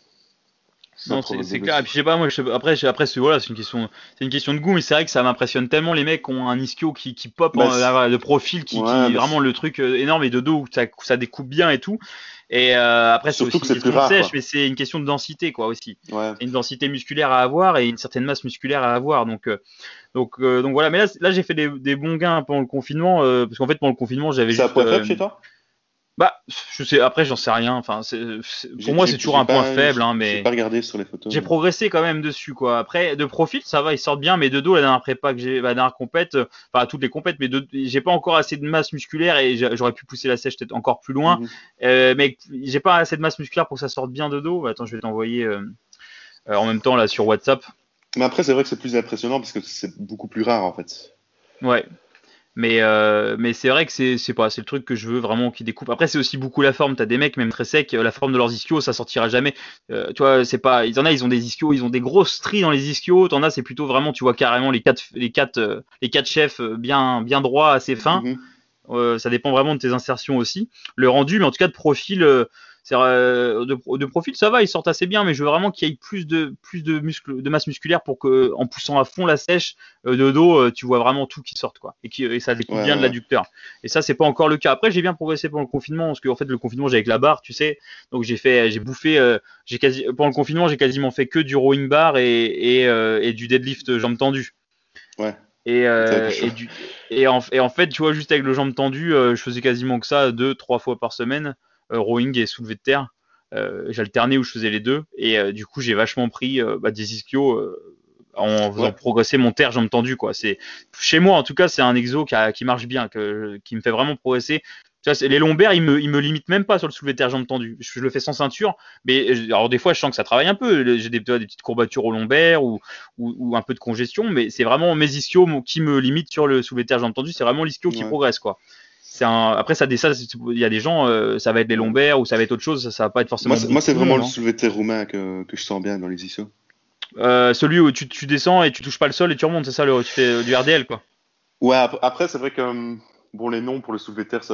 ça Non, provoque des c'est clair. Et blessures. puis je sais pas, moi, après, voilà, c'est une question de goût, mais c'est vrai que ça m'impressionne tellement les mecs qui ont un ischio qui pop Bah, de profil, ouais, qui mais vraiment le truc énorme et de dos où ça découpe bien et tout. Et après, c'est surtout aussi que une c'est plus question de rare, sèche, quoi. mais c'est une question de densité, quoi, aussi. Ouais, C'est une densité musculaire à avoir et une certaine masse musculaire à avoir. Donc voilà. Mais là j'ai fait des bons gains pendant le confinement, parce qu'en fait, pendant le confinement, j'avais c'est à juste point faible chez toi? Bah, je sais. Après, j'en sais rien. Enfin, pour moi, c'est toujours un point faible, hein, J'ai mais pas regardé sur les photos. j'ai progressé quand même dessus, quoi. Après, de profil, ça va, ils sortent bien, mais de dos, la dernière prépa que la dernière compète, enfin toutes les compètes, mais j'ai pas encore assez de masse musculaire et j'aurais pu pousser la sèche peut-être encore plus loin. Mhm. Mais j'ai pas assez de masse musculaire pour que ça sorte bien de dos. Attends, je vais t'envoyer en même temps là sur WhatsApp. Mais après, c'est vrai que c'est plus impressionnant parce que c'est beaucoup plus rare en fait. Ouais. Mais c'est vrai que c'est le truc que je veux vraiment qui découpe. Après, c'est aussi beaucoup la forme. T'as des mecs, même très secs, la forme de leurs ischios, ça sortira jamais. Tu vois, c'est pas, ils ont des ischios, ils ont des grosses stries dans les ischios. T'en as, c'est plutôt vraiment, tu vois carrément les quatre chefs bien droits, assez fins. Mhm. Ça dépend vraiment de tes insertions aussi. Le rendu, mais en tout cas de profil, de profil, ça va, ils sortent assez bien, mais je veux vraiment qu'il y ait plus de muscles, de masse musculaire pour que, en poussant à fond la sèche de dos, tu vois vraiment tout qui sorte, quoi, et ça découpe Ouais, bien de ouais. l'adducteur. Et ça, c'est pas encore le cas. Après, j'ai bien progressé pendant le confinement, parce qu'en fait, le confinement, j'ai avec la barre, tu sais, donc j'ai bouffé, pendant le confinement, j'ai quasiment fait que du rowing bar et du deadlift jambes tendues. Ouais. Et, C'est vrai que euh, je... et, du, et en fait, tu vois, juste avec le jambes tendues, je faisais quasiment que ça 2-3 fois par semaine, rowing et soulevé de terre. J'alternais où je faisais les deux. Et du coup, j'ai vachement pris des ischios en faisant Ouais. progresser mon terre jambes tendues, quoi. Chez moi, en tout cas, c'est un exo qui marche bien, qui me fait vraiment progresser. Tu vois, les lombaires, ils me limitent même pas sur le soulevé de terre jambes tendues. Je le fais sans ceinture, mais alors des fois, je sens que ça travaille un peu. J'ai des petites courbatures au lombaire ou un peu de congestion, mais c'est vraiment mes ischios qui me limitent sur le soulevé de terre, j'ai entendu, c'est vraiment l'ischio qui Ouais. progresse, quoi. Après, il y a des gens, ça va être les Ouais. lombaires ou ça va être autre chose, ça va pas être forcément bon Moi, pour c'est tout le vraiment monde, le hein. soulevé de terre roumain que je sens bien dans les ischios. Celui où tu descends et tu touches pas le sol et tu remontes, c'est ça, tu fais du RDL, quoi. Ouais, après, c'est vrai que bon, les noms pour le soulevé de terre,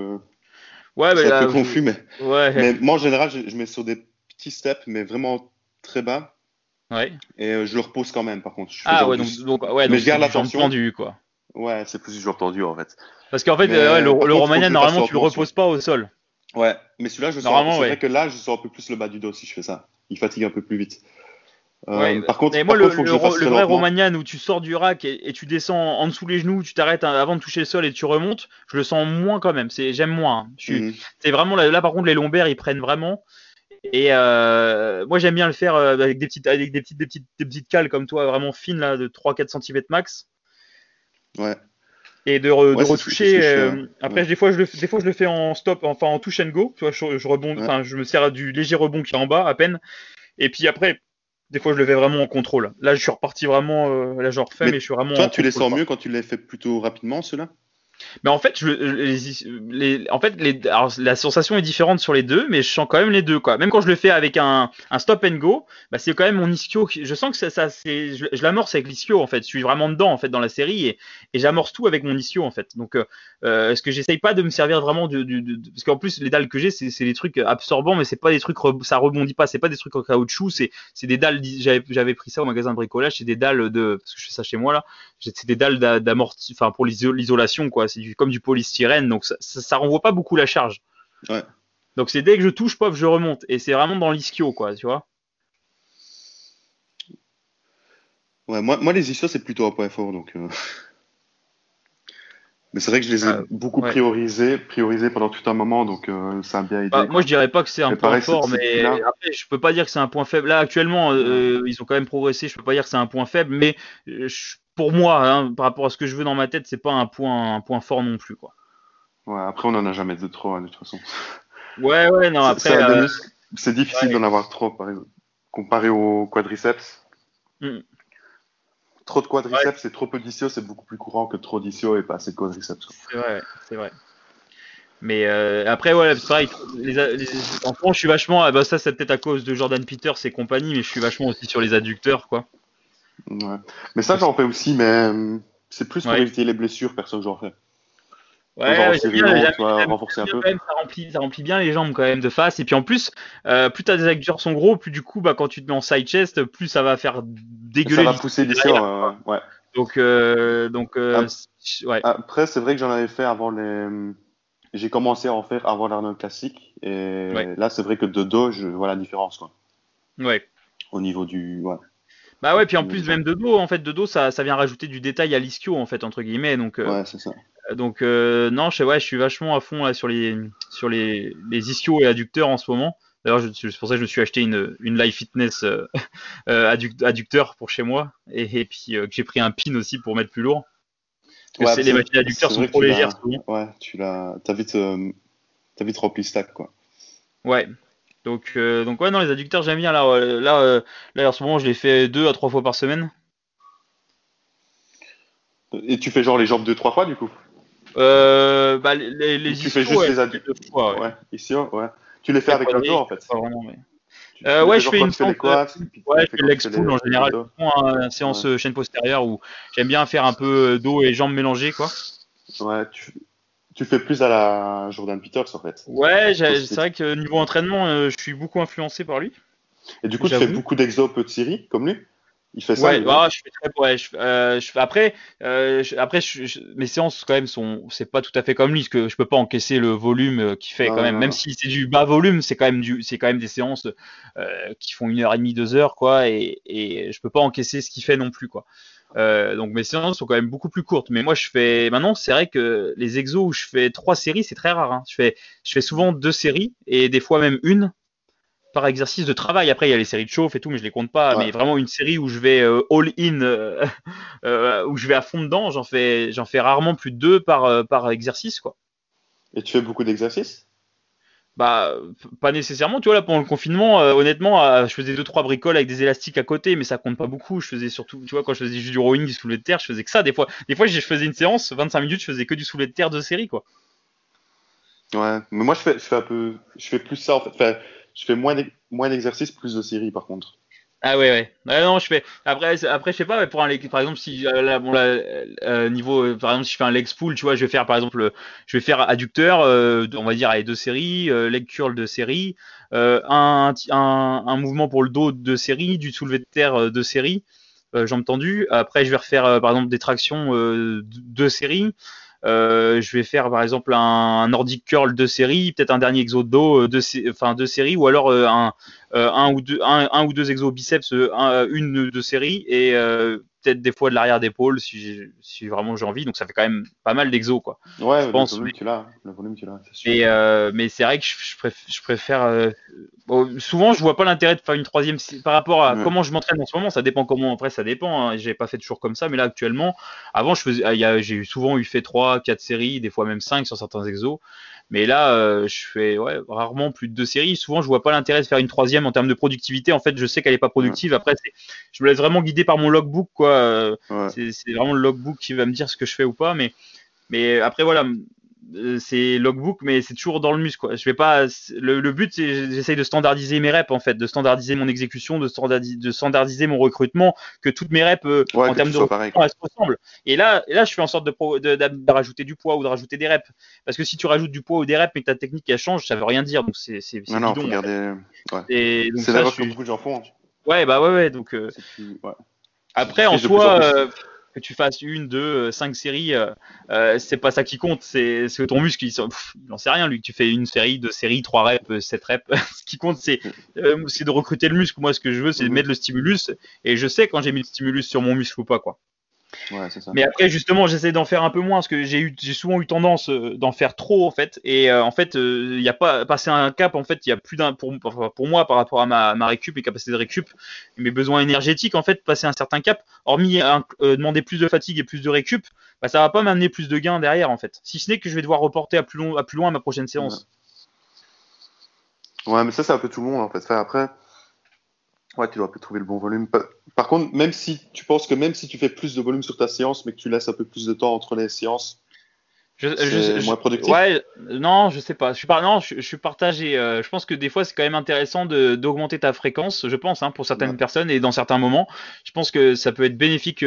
Ouais, c'est un peu bah, confus, ouais, mais moi, en général, je mets sur des petits steps, mais vraiment très bas, ouais. et je le repose quand même, par contre. Je fais Ah genre ouais, du... ouais, Mais donc je c'est garde du la jambe tension. tendu, quoi. Ouais, c'est plus du genre tendu, en fait. Parce qu'en fait, ouais, Mais par le contre, il faut que Romagnan, je le fasse normalement, en tu le tension. reposes pas au sol. Ouais, mais celui-là, Normalement, c'est vrai ouais. que là, je sens un peu plus le bas du dos si je fais ça. Il fatigue un peu plus vite. Ouais, Par mais moi, contre, il faut que je le fasse le très vrai lentement. Romagnan où tu sors du rack et tu descends en dessous les genoux, tu t'arrêtes avant de toucher le sol et tu remontes, je le sens moins quand même. J'aime moins, hein. Mhm. C'est vraiment là, par contre, les lombaires, ils prennent vraiment. Et moi, j'aime bien le faire avec des petites cales comme toi, vraiment fines, là, de 3-4 cm max. Ouais, Et de ouais, c'est ce que retoucher. je fais. Ouais, ouais, Des fois, je le fais en stop, enfin en touch and go. Tu vois, je rebondis, ouais. enfin, je me sers du léger rebond qui est en bas à peine. Et puis après, des fois, je le fais vraiment en contrôle. Là, je suis reparti vraiment. Là, je refais, Mais mais je suis vraiment toi, en tu les contrôle, sens quoi. mieux quand tu les fais plutôt rapidement, ceux-là? Mais en fait, alors, la sensation est différente sur les deux, mais je sens quand même les deux, quoi. Même quand je le fais avec un stop and go, bah, c'est quand même mon ischio. Je sens que je l'amorce avec l'ischio, en fait. Je suis vraiment dedans, en fait, dans la série, et j'amorce tout avec mon ischio, en fait. Donc, est-ce que j'essaye pas de me servir vraiment parce qu'en plus, les dalles que j'ai, c'est des trucs absorbants, mais c'est pas des trucs, ça rebondit pas, c'est pas des trucs en caoutchouc, c'est des dalles, j'avais pris ça au magasin de bricolage, c'est des dalles parce que je fais ça chez moi, là. C'est des dalles d'amorti, enfin pour l'isolation, quoi. C'est comme du polystyrène, donc ça renvoie pas beaucoup la charge. Ouais. Donc c'est dès que je touche, pop, je remonte, et c'est vraiment dans l'ischio, quoi, tu vois. Ouais, moi, les ischios, c'est plutôt un point fort, donc. Mais c'est vrai que je les ai beaucoup Ouais. priorisés pendant tout un moment, donc ça a bien Bah, aidé, moi, je quoi. dirais pas que c'est un Mais point pareil, fort, mais celui-là, après, je peux pas dire que c'est un point faible. Là, actuellement, ouais. ils ont quand même progressé. Je peux pas dire que c'est un point faible, mais pour moi, hein, par rapport à ce que je veux dans ma tête, c'est pas un point fort non plus, quoi. Ouais, après, on en a jamais de trop, hein, de toute façon. Ouais, ouais, non, C'est après, un des muscles, c'est difficile ouais. d'en avoir trop, par exemple. Comparé au quadriceps. Mm. Trop de Ouais, quadriceps et trop peu d'ischio, c'est beaucoup plus courant que trop d'ischio et pas assez de quadriceps, quoi. c'est vrai, ouais, c'est vrai. Mais après, ouais, c'est pareil. En France, je suis vachement. Ah bah ça, c'est peut-être à cause de Jordan Peters et compagnie, mais je suis vachement aussi sur les adducteurs, quoi. Ouais. Mais ça, j'en fais aussi, mais c'est plus pour Ouais. éviter les blessures, perso, que j'en fais. Tu vois, genre Ouais, en j'aime série bien, longue, tu vois, renforcer un bien peu. quand même, ça remplit bien les jambes quand même de face. Et puis en plus, plus t'as des adducteurs sont gros, plus du coup, bah, quand tu te mets en side chest, plus ça va faire Ça dégueuler va l'ischio pousser l'ischio, derrière, quoi. ouais. Donc, Ap- ouais, Après, c'est vrai que j'en avais fait avant les. J'ai commencé à en faire avant l'Arnold classique. Et ouais, là, c'est vrai que de dos, je vois la différence, quoi. ouais. Au niveau du. Ouais. Bah ouais, puis en Mais plus déjà. même de dos, ça vient rajouter du détail à l'ischio en fait entre guillemets. Ouais, c'est ça. Non, je suis vachement à fond là, sur les ischios et adducteurs en ce moment. D'ailleurs, c'est pour ça que je me suis acheté une Life Fitness adducteur pour chez moi et puis que j'ai pris un pin aussi pour mettre plus lourd. Parce que Ouais, les machines adducteurs c'est sont vrai que trop tu légères l'as. souvent. Ouais, t'as vite rempli le stack, quoi. Ouais. Donc ouais, non, les adducteurs j'aime bien. Là, en ce moment, je les fais 2 à 3 fois par semaine. Et tu fais genre les jambes 2, 3 fois, du coup? Bah, Ou les tu fais ischios, juste ouais, les je fais adducteurs? 2 fois, ouais. Ouais, ici, ouais. Tu les fais Les avec un dos, quadris, en je fais fait. pas vraiment, mais. Tu les Ouais, fais je genre fais quand une tu fais les séance. quads, et puis tu Ouais, les je fais fais quand tu leg fais pull en les général. dos. Je prends une Ouais. séance chaîne postérieure où j'aime bien faire un peu dos et jambes mélangées, quoi. Ouais, tu fais plus à la Jordan Peters, en fait. Ouais, Au c'est split. vrai que niveau entraînement, je suis beaucoup influencé par lui, Et du coup, tu fais j'avoue. beaucoup d'exos peu de série, comme lui? Il fait ça, Ouais, lui, non? bah, je fais très, ouais, je fais après, mes séances quand même c'est pas tout à fait comme lui, parce que je peux pas encaisser le volume qu'il fait Non, quand non, même. non, Même non. si c'est du bas volume, c'est quand même des séances qui font 1 heure et demie, 2 heures, quoi, et je peux pas encaisser ce qu'il fait non plus, quoi. Donc mes séances sont quand même beaucoup plus courtes. Mais moi, maintenant, c'est vrai que les exos où je fais 3 séries, c'est très rare, hein. Je fais souvent 2 séries et des fois même une par exercice de travail. Après, il y a les séries de chauffe et tout, mais je les compte pas. Ouais. Mais vraiment une série où je vais all in, où je vais à fond dedans, j'en fais rarement plus de 2 par exercice, quoi. Et tu fais beaucoup d'exercices? Bah, pas nécessairement. Tu vois, là, pendant le confinement, honnêtement, je faisais 2 3 bricoles avec des élastiques à côté, mais ça compte pas beaucoup. Je faisais surtout, tu vois, quand je faisais juste du rowing, du soulevé de terre, je faisais que ça. Des fois, je faisais une séance, 25 minutes, je faisais que du soulevé de terre de série, quoi. Ouais. Mais moi, je fais plus ça, en fait. Enfin, je fais moins d'exercices, plus de séries, par contre. Ah ouais, ouais. Ouais, non, après, je sais pas, ouais, pour un leg, par exemple, si, là, bon, là, niveau, par exemple, si je fais un leg spool, tu vois, je vais faire, par exemple, je vais faire adducteur, on va dire, avec 2 séries, leg curl 2 séries, un mouvement pour le dos 2 séries, du soulevé de terre 2 séries, jambes tendues. Après, je vais refaire, par exemple, des tractions 2 séries. Je vais faire par exemple un Nordic curl 2 séries, peut-être un dernier exo de dos, enfin 2 séries, ou alors un ou deux exos biceps, une 2 séries, et peut-être des fois de l'arrière d'épaule si vraiment j'ai envie. Donc ça fait quand même pas mal d'exos, quoi. Je Ouais, le pense. volume, tu l'as. Le volume, tu l'as, c'est sûr. Mais c'est vrai que je préfère. Bon, souvent, je vois pas l'intérêt de faire une troisième par rapport à Ouais. comment je m'entraîne en ce moment. Ça dépend comment. Après, ça dépend, hein. J'ai pas fait toujours comme ça, mais là actuellement, avant, j'ai souvent eu fait 3 4 séries, des fois même 5 sur certains exos. Mais là, je fais ouais, rarement plus de 2 séries. Souvent, je vois pas l'intérêt de faire une troisième en termes de productivité. En fait, je sais qu'elle est pas Ouais. productive. Après, je me laisse vraiment guider par mon logbook, quoi. Ouais. C'est vraiment le logbook qui va me dire ce que je fais ou pas. Mais après, voilà, c'est logbook, mais c'est toujours dans le muscle, quoi. Je vais pas. Le but, c'est j'essaye de standardiser mes reps, en fait, de standardiser mon exécution, de standardiser mon recrutement, que toutes mes reps Ouais, en que tout termes de soit pareil, recrutement, quoi. elles se ressemblent. Et là, je fais en sorte de rajouter du poids ou de rajouter des reps, parce que si tu rajoutes du poids ou des reps mais que ta technique elle change, ça veut rien dire. Donc c'est Non, non, bidon, faut en fait. garder. Ouais. Et donc C'est ça, l'erreur que beaucoup de gens font, hein. ouais, bah ouais, ouais. Donc C'est que ouais. Tu après, en triches de plus en soi, plus. que tu fasses 1, 2, 5 séries, c'est pas ça qui compte. C'est que ton muscle, il en sait rien, lui. Que tu fais 1 série, 2 séries, 3 reps, 7 reps. Ce qui compte, c'est de recruter le muscle. Moi, ce que je veux, c'est de Mhm. mettre le stimulus. Et je sais quand j'ai mis le stimulus sur mon muscle ou pas, quoi. Ouais, c'est ça. Mais après, justement, j'essaie d'en faire un peu moins parce que j'ai souvent eu tendance d'en faire trop, en fait. Et en fait, il y a pas passé un cap. En fait, il y a plus d'un pour moi par rapport à ma récup et capacité de récup, mes besoins énergétiques. En fait, passer un certain cap, hormis demander plus de fatigue et plus de récup, bah, ça va pas m'amener plus de gains derrière, en fait. Si ce n'est que je vais devoir reporter à plus loin ma prochaine Ouais. séance. Ouais, mais ça, c'est un peu tout le monde, en fait. Enfin, après, ouais, tu dois plus trouver le bon volume. Par contre, même si tu penses que même si tu fais plus de volume sur ta séance, mais que tu laisses un peu plus de temps entre les séances, c'est moins productif? Ouais, non, je sais pas. Non, je suis partagé. Je pense que des fois, c'est quand même intéressant d'augmenter ta fréquence. Je pense, hein, pour Ouais. certaines personnes et dans certains moments, je pense que ça peut être bénéfique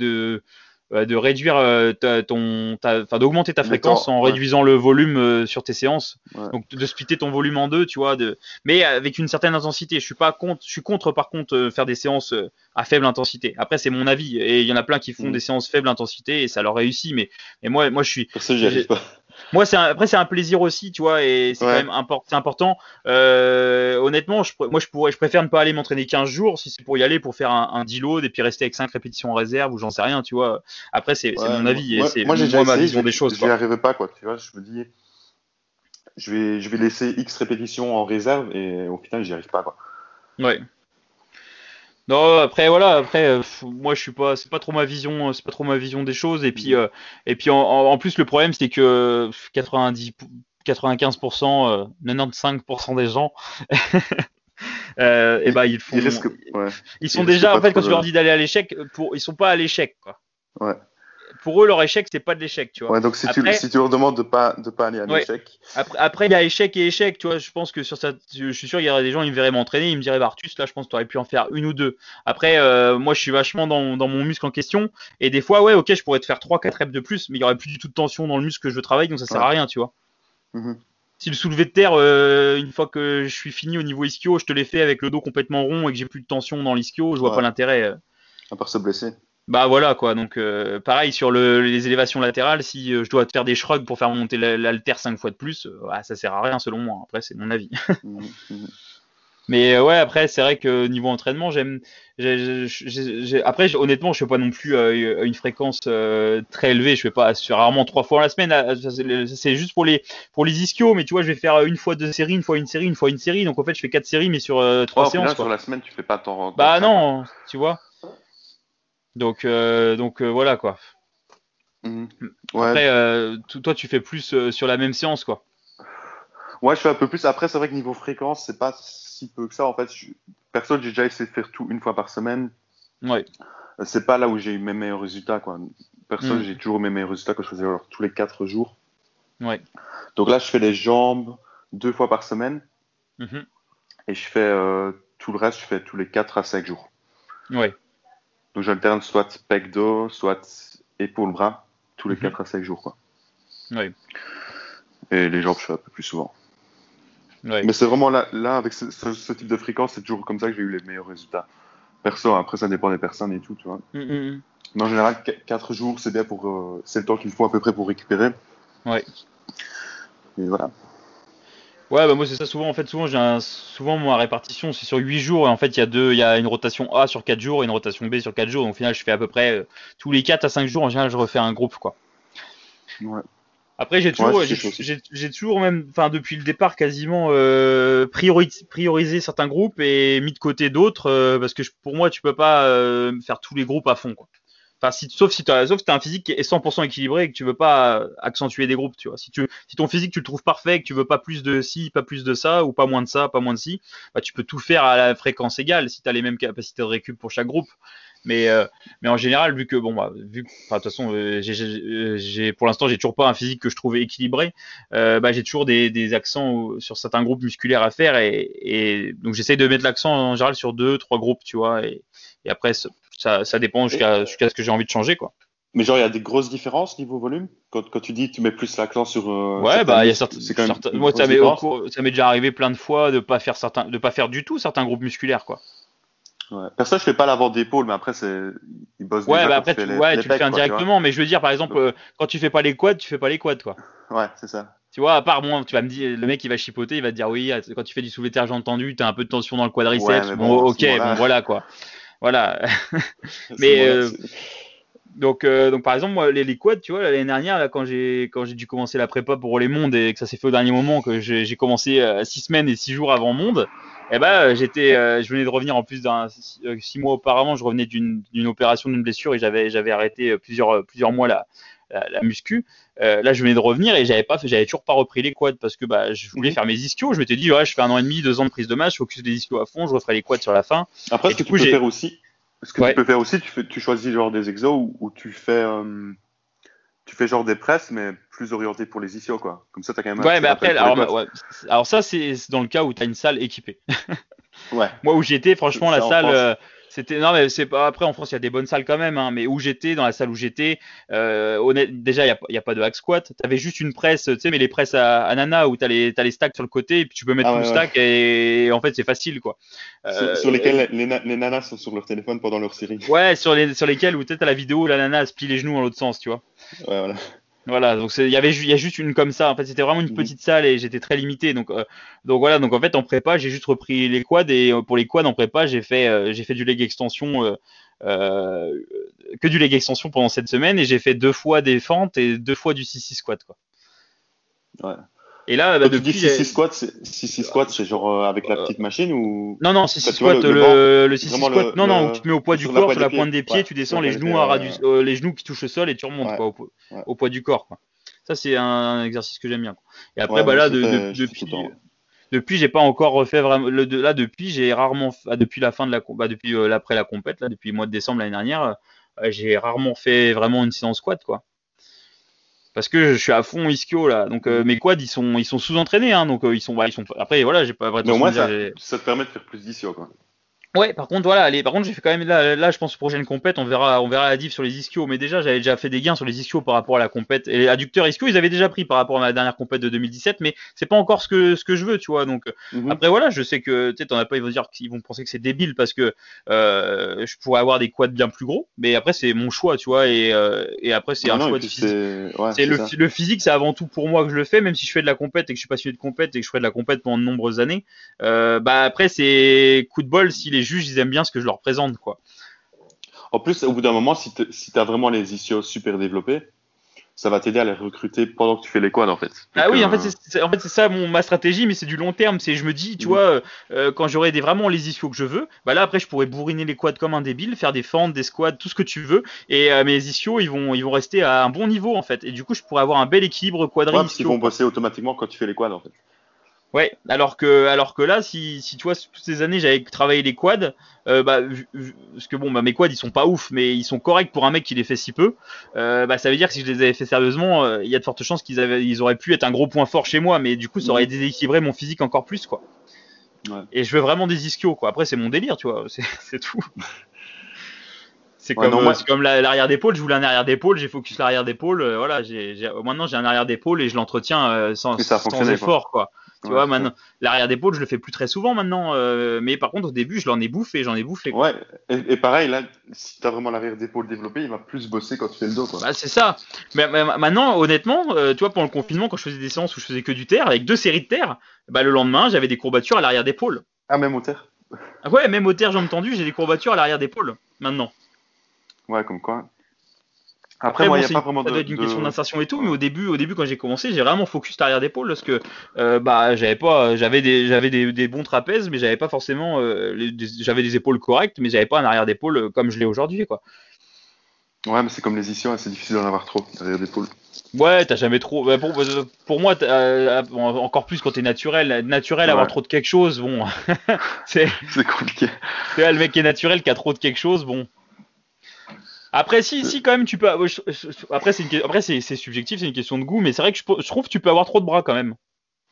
de réduire enfin, d'augmenter ta Les fréquence temps, en ouais. réduisant le volume sur tes séances. Ouais. Donc de splitter ton volume en deux, tu vois, mais avec une certaine intensité. Je suis contre par contre faire des séances à faible intensité. Après, c'est mon avis et il y en a plein qui font des Mhm. séances faible intensité et ça leur réussit. Mais moi, je suis Perso, j'y arrive pas. Moi, après, c'est un plaisir aussi, tu vois, et c'est quand Ouais. même c'est important. Honnêtement, je préfère ne pas aller m'entraîner 15 jours si c'est pour y aller pour faire un deload et puis rester avec 5 répétitions en réserve ou j'en sais rien, tu vois. Après, c'est Ouais, mon avis et c'est moi j'ai déjà moi ma essayé, vision des choses, je n'y quoi. arrivais pas, quoi. Tu vois, je me dis, je vais laisser X répétitions en réserve et au final, j'y arrive pas, quoi. Ouais. Non, après voilà, après moi je suis pas, c'est pas trop ma vision des choses Mhm. et puis en plus le problème c'est que 95%, 95% des gens, et Et ben ils il font, risque, ouais, ils il sont risque déjà pas en fait trop quand tu leur de. dis d'aller à l'échec, ils sont pas à l'échec quoi. Ouais. Pour eux leur échec c'est pas de l'échec, tu vois. Ouais, donc Après, si tu leur demandes de pas aller à ouais. l'échec, Après, il y a échec et échec, tu vois. Je pense que sur ça, je suis sûr, il y aurait des gens, ils me verraient m'entraîner, ils me diraient, bah, Artus, là, je pense que tu aurais pu en faire une ou deux. Après, moi, je suis vachement dans mon muscle en question. Et des fois, ouais, ok, je pourrais te faire 3-4 reps de plus, mais il y aurait plus du tout de tension dans le muscle que je veux travailler, donc ça sert ouais. à rien, tu vois. Mhm. Si le soulevé de terre, une fois que je suis fini au niveau ischio, je te l'ai fait avec le dos complètement rond et que j'ai plus de tension dans l'ischio, je vois pas Ouais. l'intérêt. À part se blesser. Bah voilà quoi, donc pareil sur les élévations latérales, si je dois te faire des shrugs pour faire monter l'haltère 5 fois de plus, ça sert à rien selon moi. Après c'est mon avis. Mhm. Mhm. Mais ouais, après c'est vrai que niveau entraînement, après honnêtement je fais pas non plus une fréquence très élevée, je fais pas, je fais rarement 3 fois la semaine. C'est juste pour les ischios, mais tu vois je vais faire une fois deux séries, une fois une série, une fois une série, donc en fait je fais 4 séries mais sur Ouais, trois au séances final, sur quoi. la semaine, tu fais pas tant que Bah ça, quoi. non, tu vois. Donc voilà quoi. Mhm. Ouais. Après, toi, tu fais plus sur la même séance, quoi. Ouais, je fais un peu plus. Après, c'est vrai que niveau fréquence, c'est pas si peu que ça. En fait, perso, j'ai déjà essayé de faire tout une fois par semaine. Ouais. C'est pas là où j'ai eu mes meilleurs résultats, quoi. Perso, Mm. j'ai toujours eu mes meilleurs résultats quand je faisais alors, tous les 4 jours. Ouais. Donc là, je fais les jambes 2 fois par semaine Mhm. et je fais tout le reste, je fais tous les 4 à 5 jours. Ouais. Donc j'alterne soit pec dos, soit épaule bras, tous les Mhm. 4 à 5 jours, quoi. Ouais. Et les jambes, je fais un peu plus souvent. Ouais. Mais c'est vraiment là avec ce type de fréquence, c'est toujours comme ça que j'ai eu les meilleurs résultats. Perso, après, ça dépend des personnes et tout, tu vois. Mm, mm, mm. Mais en général, 4 jours, c'est bien pour. C'est le temps qu'il me faut à peu près pour récupérer. Ouais. Et voilà. Ouais, bah moi c'est ça souvent. En fait, souvent ma répartition c'est sur 8 jours et en fait il y a une rotation A sur 4 jours et une rotation B sur 4 jours. Donc au final, je fais à peu près tous les 4 à 5 jours en général, je refais un groupe, quoi. Ouais, Après, ouais, c'est ce que je fais aussi. j'ai toujours même, enfin depuis le départ quasiment priorisé certains groupes et mis de côté d'autres parce que pour moi tu peux pas faire tous les groupes à fond, quoi. Enfin, sauf si t'as un physique qui est 100% équilibré et que tu veux pas accentuer des groupes, tu vois. Si ton physique tu le trouves parfait, et que tu veux pas plus de ci, pas plus de ça, ou pas moins de ça, pas moins de ci, bah tu peux tout faire à la fréquence égale si t'as les mêmes capacités de récup pour chaque groupe. Mais euh, mais en général, vu que bon bah enfin de toute façon, pour l'instant j'ai toujours pas un physique que je trouve équilibré, bah j'ai toujours des accents sur certains groupes musculaires à faire et donc j'essaye de mettre l'accent en général sur deux, trois groupes, tu vois, et après ça dépend Et, jusqu'à ce que j'ai envie de changer, quoi. mais genre, il y a des grosses différences niveau volume? Quand tu dis que tu mets plus l'accent sur Ouais, certains bah il y a muscles, c'est quand même une moi grosse différence? ça m'est déjà arrivé plein de fois de pas faire du tout certains groupes musculaires, quoi. Ouais. Perso, je fais pas l'avant d'épaule, mais après, ils bossent Ouais, déjà bah quand tu après fais ouais, les tu le fais pecs, quoi, tu vois. indirectement, mais je veux dire par exemple Donc, quand tu fais pas les quads, tu fais pas les quads, quoi. ouais, c'est ça. Tu vois, à part moi, tu vas me dire, le mec il va chipoter, il va te dire oui, quand tu fais du soulevé de terre, j'ai entendu, t'as un peu de tension dans le Ouais, quadriceps. mais Bon, bon, à ce ok, bon moment-là, voilà quoi. Voilà. à ce Mais moment-là, donc par exemple moi les quads, tu vois, l'année dernière là quand j'ai dû commencer la prépa pour les mondes et que ça s'est fait au dernier moment, que j'ai commencé 6 semaines et 6 jours avant monde, et ben je venais de revenir en plus 6 mois auparavant, je revenais d'une opération, d'une blessure et j'avais arrêté plusieurs mois la muscu. Là, je venais de revenir et j'avais toujours pas repris les quads parce que bah je voulais Mhm. faire mes ischios. Je m'étais dit ouais, je fais 1 an et demi, 2 ans de prise de masse, je focus les ischios à fond, je referai les quads sur la fin. Après, Et ce que du tu coup peux j'ai faire aussi, ouais. tu choisis genre des exos où tu fais genre des presses, mais plus orientés pour les ischios, quoi. Comme ça, t'as quand même un Ouais, petit mais après, rappel pour les alors, quads. ouais, alors ça, c'est dans le cas où tu as une salle équipée. Ouais, Moi, où j'étais, franchement, la ça en salle, France. c'était. Non, mais c'est pas. Après, en France, il y a des bonnes salles quand même, hein, mais où j'étais, dans la salle où j'étais, déjà, il y a pas de hack squat. T'avais juste une presse, tu sais, mais les presses à nana où t'as les stacks sur le côté, et puis tu peux mettre Ah tout le ouais, ouais. stack, et en fait, c'est facile, quoi. Sur Euh, lesquels les nanas sont sur leur téléphone pendant leur série. ouais, sur lesquels où tu as la vidéo où la nana se plie les genoux dans l'autre sens, tu vois. Ouais, voilà. Voilà, donc il y a juste une comme ça. En fait, c'était vraiment une petite salle et j'étais très limité. Donc voilà, donc en fait en prépa, j'ai juste repris les quads et pour les quads en prépa, j'ai fait du leg extension, euh, que du leg extension pendant cette semaine et j'ai fait 2 fois des fentes et 2 fois du 6-6 squat quoi. Ouais. Et là, Quand tu dis depuis, 6-6 squat, 6-6 squat, c'est genre avec la euh, petite machine ou non, non, enfin, 6-6 tu vois squat, le banc, le 6-6 vraiment squat, non, non, où tu te mets au poids du sur la corps, pointe sur des la pieds. pointe des pieds, Ouais, tu sur descends la les pointe des pieds. genoux à ras les genoux qui touchent le sol et tu remontes Ouais, quoi, ouais. au poids du corps. Quoi. Ça, c'est un exercice que j'aime bien. Quoi. Et après, Ouais, bah moi là, je fais tout le depuis, temps. j'ai pas encore refait vraiment. Là, depuis, j'ai rarement, depuis la fin de depuis l'après la compète, là, depuis le mois de décembre l'année dernière, j'ai rarement fait vraiment une séance squat, quoi. Parce que je suis à fond ischio là, donc mes quads ils sont sous-entraînés, hein, donc ils sont. Après voilà, j'ai pas Mais au prétention moins, de dire que j'ai. ça te permet de faire plus d'ici, quoi. Ouais, par contre, voilà, par contre, j'ai fait quand même là, je pense prochaine compète, on verra la diff sur les ischios, mais déjà, j'avais déjà fait des gains sur les ischios par rapport à la compète et les adducteurs ischios, ils avaient déjà pris par rapport à ma dernière compète de 2017, mais c'est pas encore ce que je veux, tu vois. Donc Mhm. après, voilà, je sais que tu sais, t'en as pas, ils vont dire qu'ils vont penser que c'est débile parce que je pourrais avoir des quads bien plus gros, mais après c'est mon choix, tu vois, et après c'est Ouais, un non, et choix de puis physique. ouais, C'est c'est ça. le physique, c'est avant tout pour moi que je le fais, même si je fais de la compète et que je suis passionné de compète et que je ferai de la compète pendant de nombreuses années. Bah après c'est coup de bol si les juges ils aiment bien ce que je leur présente quoi. En plus, au bout d'un moment, si t'as vraiment les ischios super développés, ça va t'aider à les recruter pendant que tu fais les quads, en fait. Ah Donc, oui, en fait c'est ça ma stratégie, mais c'est du long terme. C'est je me dis, tu mhm. vois, quand j'aurai vraiment les ischios que je veux, bah là après je pourrais bourriner les quads comme un débile, faire des fentes, des squats, tout ce que tu veux, et mes ischios ils vont rester à un bon niveau en fait. Et du coup je pourrais avoir un bel équilibre quadri Ouais, parce qu'ils ischio vont quoi. bosser automatiquement quand tu fais les quads, en fait. Ouais, alors que là, si tu vois, toutes ces années, j'avais travaillé les quads, bah, parce que bon, bah, mes quads, ils sont pas ouf, mais ils sont corrects pour un mec qui les fait si peu, bah, ça veut dire que si je les avais fait sérieusement, il y a de fortes chances ils auraient pu être un gros point fort chez moi, mais du coup, ça aurait Mhm. déséquilibré mon physique encore plus, quoi. Ouais. Et je veux vraiment des ischios, quoi. Après, c'est mon délire, tu vois, c'est tout. C'est Ouais, comme, non, euh, moi, c'est comme l'arrière d'épaule, je voulais un arrière d'épaule, j'ai focus l'arrière d'épaule, voilà, maintenant j'ai un arrière d'épaule et je l'entretiens et ça a sans fonctionné, quoi. effort, quoi. Tu Ouais, vois, c'est ça. maintenant, l'arrière d'épaule, je le fais plus très souvent maintenant, mais par contre, au début, j'en ai bouffé, quoi. Ouais, et pareil, là, si t'as vraiment l'arrière d'épaule développé, il va plus bosser quand tu fais le dos, quoi. Bah, c'est ça. Mais maintenant, honnêtement, tu vois, pendant le confinement, quand je faisais des séances où je faisais que du terre, avec 2 séries de terre, bah, le lendemain, j'avais des courbatures à l'arrière d'épaule. Ah, même au terre. Ah ouais, même au terre, jambes tendues, j'ai des courbatures à l'arrière d'épaule, maintenant. Ouais, comme quoi. Après, Après, moi, il bon, n'y a pas vraiment ça doit être une question d'insertion et tout, mais Ouais. au début, quand j'ai commencé, j'ai vraiment focus l'arrière d'épaule parce que bah j'avais des bons trapèzes, mais j'avais pas forcément j'avais des épaules correctes, mais j'avais pas un arrière d'épaule comme je l'ai aujourd'hui, quoi. Ouais, mais c'est comme les ischios, hein, c'est difficile d'en avoir trop, l'arrière d'épaule. Ouais, t'as jamais trop. Bah, pour moi, encore plus quand t'es naturel, avoir Ouais, trop de quelque chose, bon, c'est c'est compliqué. le mec qui est naturel qui a trop de quelque chose, bon. Après, si quand même tu peux. Après, c'est subjectif, c'est une question de goût, mais c'est vrai que je trouve que tu peux avoir trop de bras quand même.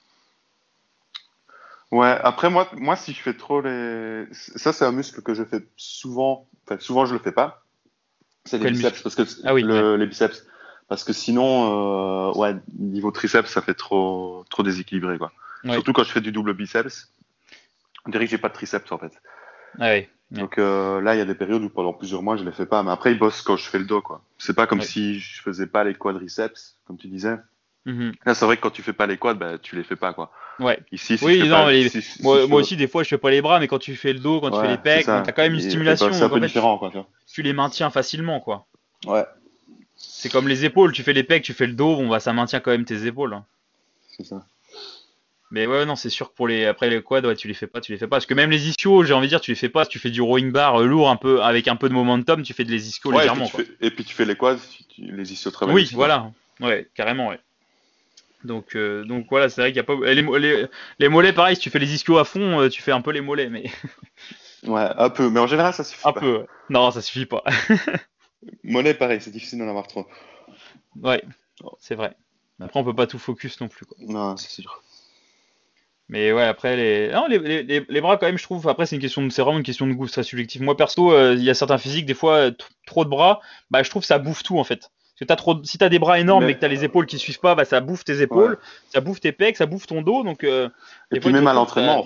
Ouais, après, moi, si je fais trop les. Ça, c'est un muscle que je fais souvent. Enfin, souvent, je le fais pas. C'est les Quel muscle? biceps, parce que Ah oui, ouais. les biceps. Parce que sinon, ouais, niveau triceps, ça fait trop déséquilibré, quoi. Ouais. Surtout quand je fais du double biceps. On dirait que j'ai pas de triceps, en fait. Ah ouais. Ouais. Donc là, il y a des périodes où pendant plusieurs mois, je les fais pas. Mais après, ils bossent quand je fais le dos, quoi. C'est pas comme Ouais. si je faisais pas les quadriceps, comme tu disais. Mhm. Là, c'est vrai que quand tu fais pas les quads, bah, tu les fais pas, quoi. Ouais. Ici, si je Oui, fais non, pas, mais si je moi fais, aussi, des fois, je fais pas les bras, mais quand tu fais le dos, quand tu fais ouais, les c'est pecs, bon, t'as ça. quand même une Et bah, stimulation, c'est un donc en peu fait, différent, quoi, tu vois. tu les maintiens facilement, quoi. Ouais, C'est comme les épaules, tu fais les pecs, tu fais le dos, bon, bah, ça maintient quand même tes épaules, hein. c'est ça. Mais ouais, non, c'est sûr que après les quads, ouais, tu les fais pas, tu les fais pas. Parce que même les ischios, j'ai envie de dire, tu les fais pas. Si tu fais du rowing bar lourd, un peu, avec un peu de momentum, tu fais de les ischios Ouais, légèrement, quoi. et puis tu fais les quads, les ischios travaillent Oui, aussi, quoi. voilà. Ouais, carrément, ouais. Donc voilà, c'est vrai qu'il y a pas. Les mollets, pareil, si tu fais les ischios à fond, tu fais un peu les mollets, mais Ouais, un peu, mais en général, ça suffit un pas. peu, ouais. Non, ça suffit pas. Mollet, pareil, c'est difficile d'en avoir trop. Ouais, c'est vrai. Mais après, on peut pas tout focus non plus, quoi. Non, c'est sûr. Mais ouais, après, non, les bras, quand même, je trouve. Après, c'est vraiment une question de goût, c'est très subjectif. Moi, perso, il y a certains physiques, des fois, trop de bras, bah, je trouve que ça bouffe tout, en fait. Parce que si t'as des bras énormes, mais Mais, que t'as les épaules qui suivent pas, bah, ça bouffe tes ouais. épaules, ça bouffe tes pecs, ça bouffe ton dos. Donc, Et des puis fois, il te même à retrouve, l'entraînement, en fait.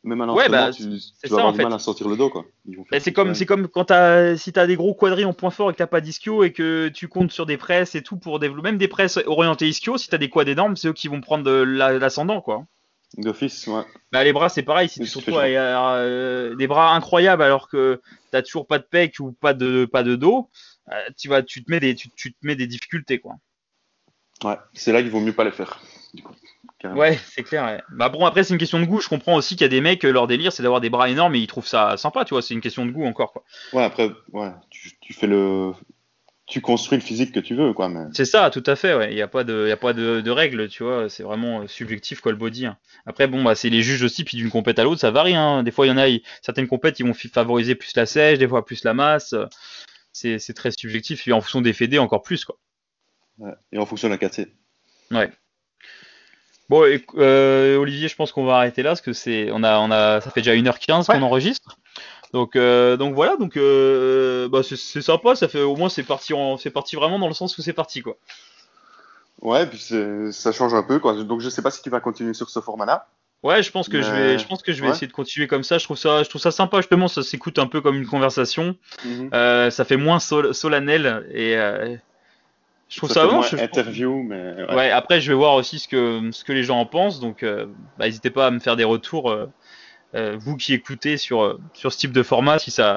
Même à Ouais, l'entraînement, bah, tu c'est vas ça avoir en du mal fait. à sortir le dos, quoi. Ils vont Bah, faire c'est tout le comme, travail. c'est comme quand si t'as des gros quadris en point fort et que t'as pas d'ischio et que tu comptes sur des presses et tout pour développer, même des presses orientées ischio, si t'as des quads énormes, c'est eux qui vont prendre l'ascendant, quoi. D'office, ouais. Bah, les bras, c'est pareil, si Oui, tu te ce qui fait retrouves à genre. des bras incroyables alors que t'as toujours pas de pec ou pas de dos, tu te mets tu te mets des difficultés, quoi. Ouais, c'est là qu'il vaut mieux pas les faire, du coup, carrément. Ouais, c'est clair. Ouais. Bah bon, après, c'est une question de goût. Je comprends aussi qu'il y a des mecs, leur délire, c'est d'avoir des bras énormes et ils trouvent ça sympa, tu vois. C'est une question de goût encore, quoi. Ouais, après, ouais, tu fais tu construis le physique que tu veux, quoi, mais. C'est ça, tout à fait, ouais. Il y a pas de règles, tu vois. C'est vraiment subjectif, quoi, le body, hein. Après, bon, bah, c'est les juges aussi, puis d'une compète à l'autre, ça varie, hein. Des fois, il y en a, certaines compètes, ils vont favoriser plus la sèche, des fois plus la masse. C'est très subjectif. Et en fonction des fédés, encore plus, quoi. Ouais. Et en fonction de la KT. Ouais. Bon, Olivier, je pense qu'on va arrêter là, parce que ça fait déjà 1h15 Ouais. qu'on enregistre. Donc voilà, bah c'est sympa, ça fait au moins c'est parti vraiment dans le sens où c'est parti quoi. Ouais, puis ça change un peu, quoi. Donc je sais pas si tu vas continuer sur ce format-là, Ouais, mais je pense que je vais ouais. essayer de continuer comme ça. Je trouve ça sympa justement, ça s'écoute un peu comme une conversation. Mhm. Ça fait moins solennel et je trouve Ça ça fait bon. moins interview, mais ouais. Ouais, après je vais voir aussi ce que les gens en pensent, donc bah, n'hésitez pas à me faire des retours, vous qui écoutez sur ce type de format,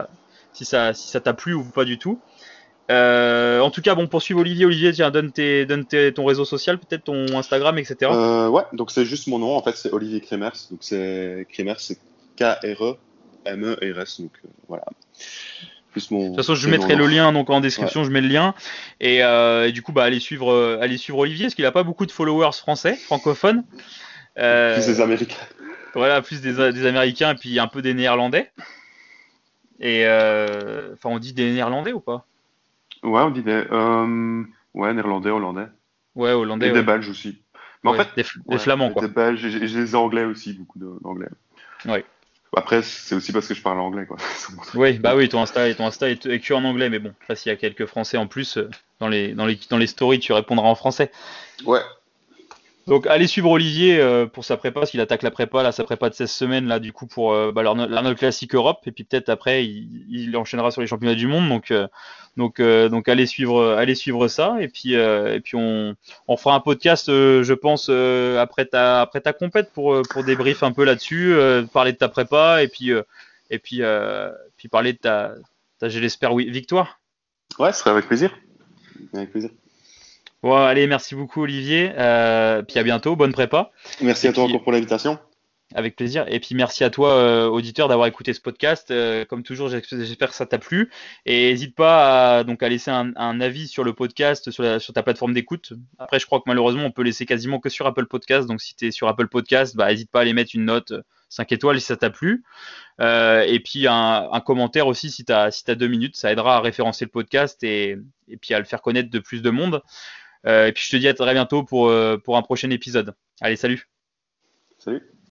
si ça t'a plu ou pas du tout. En tout cas, bon, pour suivre Olivier, tiens, ton réseau social, peut-être ton Instagram, etc. Ouais, donc c'est juste mon nom, en fait, c'est Olivier Kremers. Donc c'est Kremers, c'est K-R-E-M-E-R-S. Donc voilà, plus De toute mon façon, je prénom, mettrai nom. le lien donc en Ouais. description, je mets le lien. Et du coup, bah, allez suivre Olivier, parce qu'il a pas beaucoup de followers français, francophones. Plus les Euh, Américains. voilà, plus des Américains et puis un peu des Néerlandais. Et enfin, on dit des Néerlandais ou pas? Ouais, on dit ouais, néerlandais, hollandais. Ouais, Et Hollandais, des ouais. Belges aussi. Mais en Ouais, fait, des ouais, Flamands, et des quoi. Belges et des Anglais aussi, beaucoup d'anglais. Ouais. Après, c'est aussi parce que je parle anglais, quoi. C'est mon truc. Oui, bah oui, ton Insta est que en anglais, mais bon, après, s'il y a quelques Français en plus, dans les stories, tu répondras en français. Ouais, Donc allez suivre Olivier pour sa prépa, parce qu'il attaque la prépa, là, sa prépa de 16 semaines, là, du coup, pour bah, l'Arnold Classic Europe, et puis peut-être après, il enchaînera sur les championnats du monde, donc allez suivre ça, et puis on fera un podcast, je pense, après ta compète pour débrief un peu là-dessus, parler de ta prépa, puis parler de je l'espère, oui, victoire. ouais, ce serait avec plaisir. Avec plaisir. Bon, allez, merci beaucoup Olivier, puis à bientôt, bonne prépa. Merci Et à toi puis encore pour l'invitation. avec plaisir. Et puis merci à toi, auditeur, d'avoir écouté ce podcast. Comme toujours, j'espère que ça t'a plu. Et n'hésite pas à laisser un avis sur le podcast, sur ta plateforme d'écoute. Après, je crois que malheureusement, on peut laisser quasiment que sur Apple Podcast. Donc si tu es sur Apple Podcast, bah, n'hésite pas à aller mettre une note 5 étoiles si ça t'a plu. Et puis un commentaire aussi si t'as 2 minutes. Ça aidera à référencer le podcast et puis à le faire connaître de plus de monde. Et puis je te dis à très bientôt pour un prochain épisode. Allez, salut! Salut.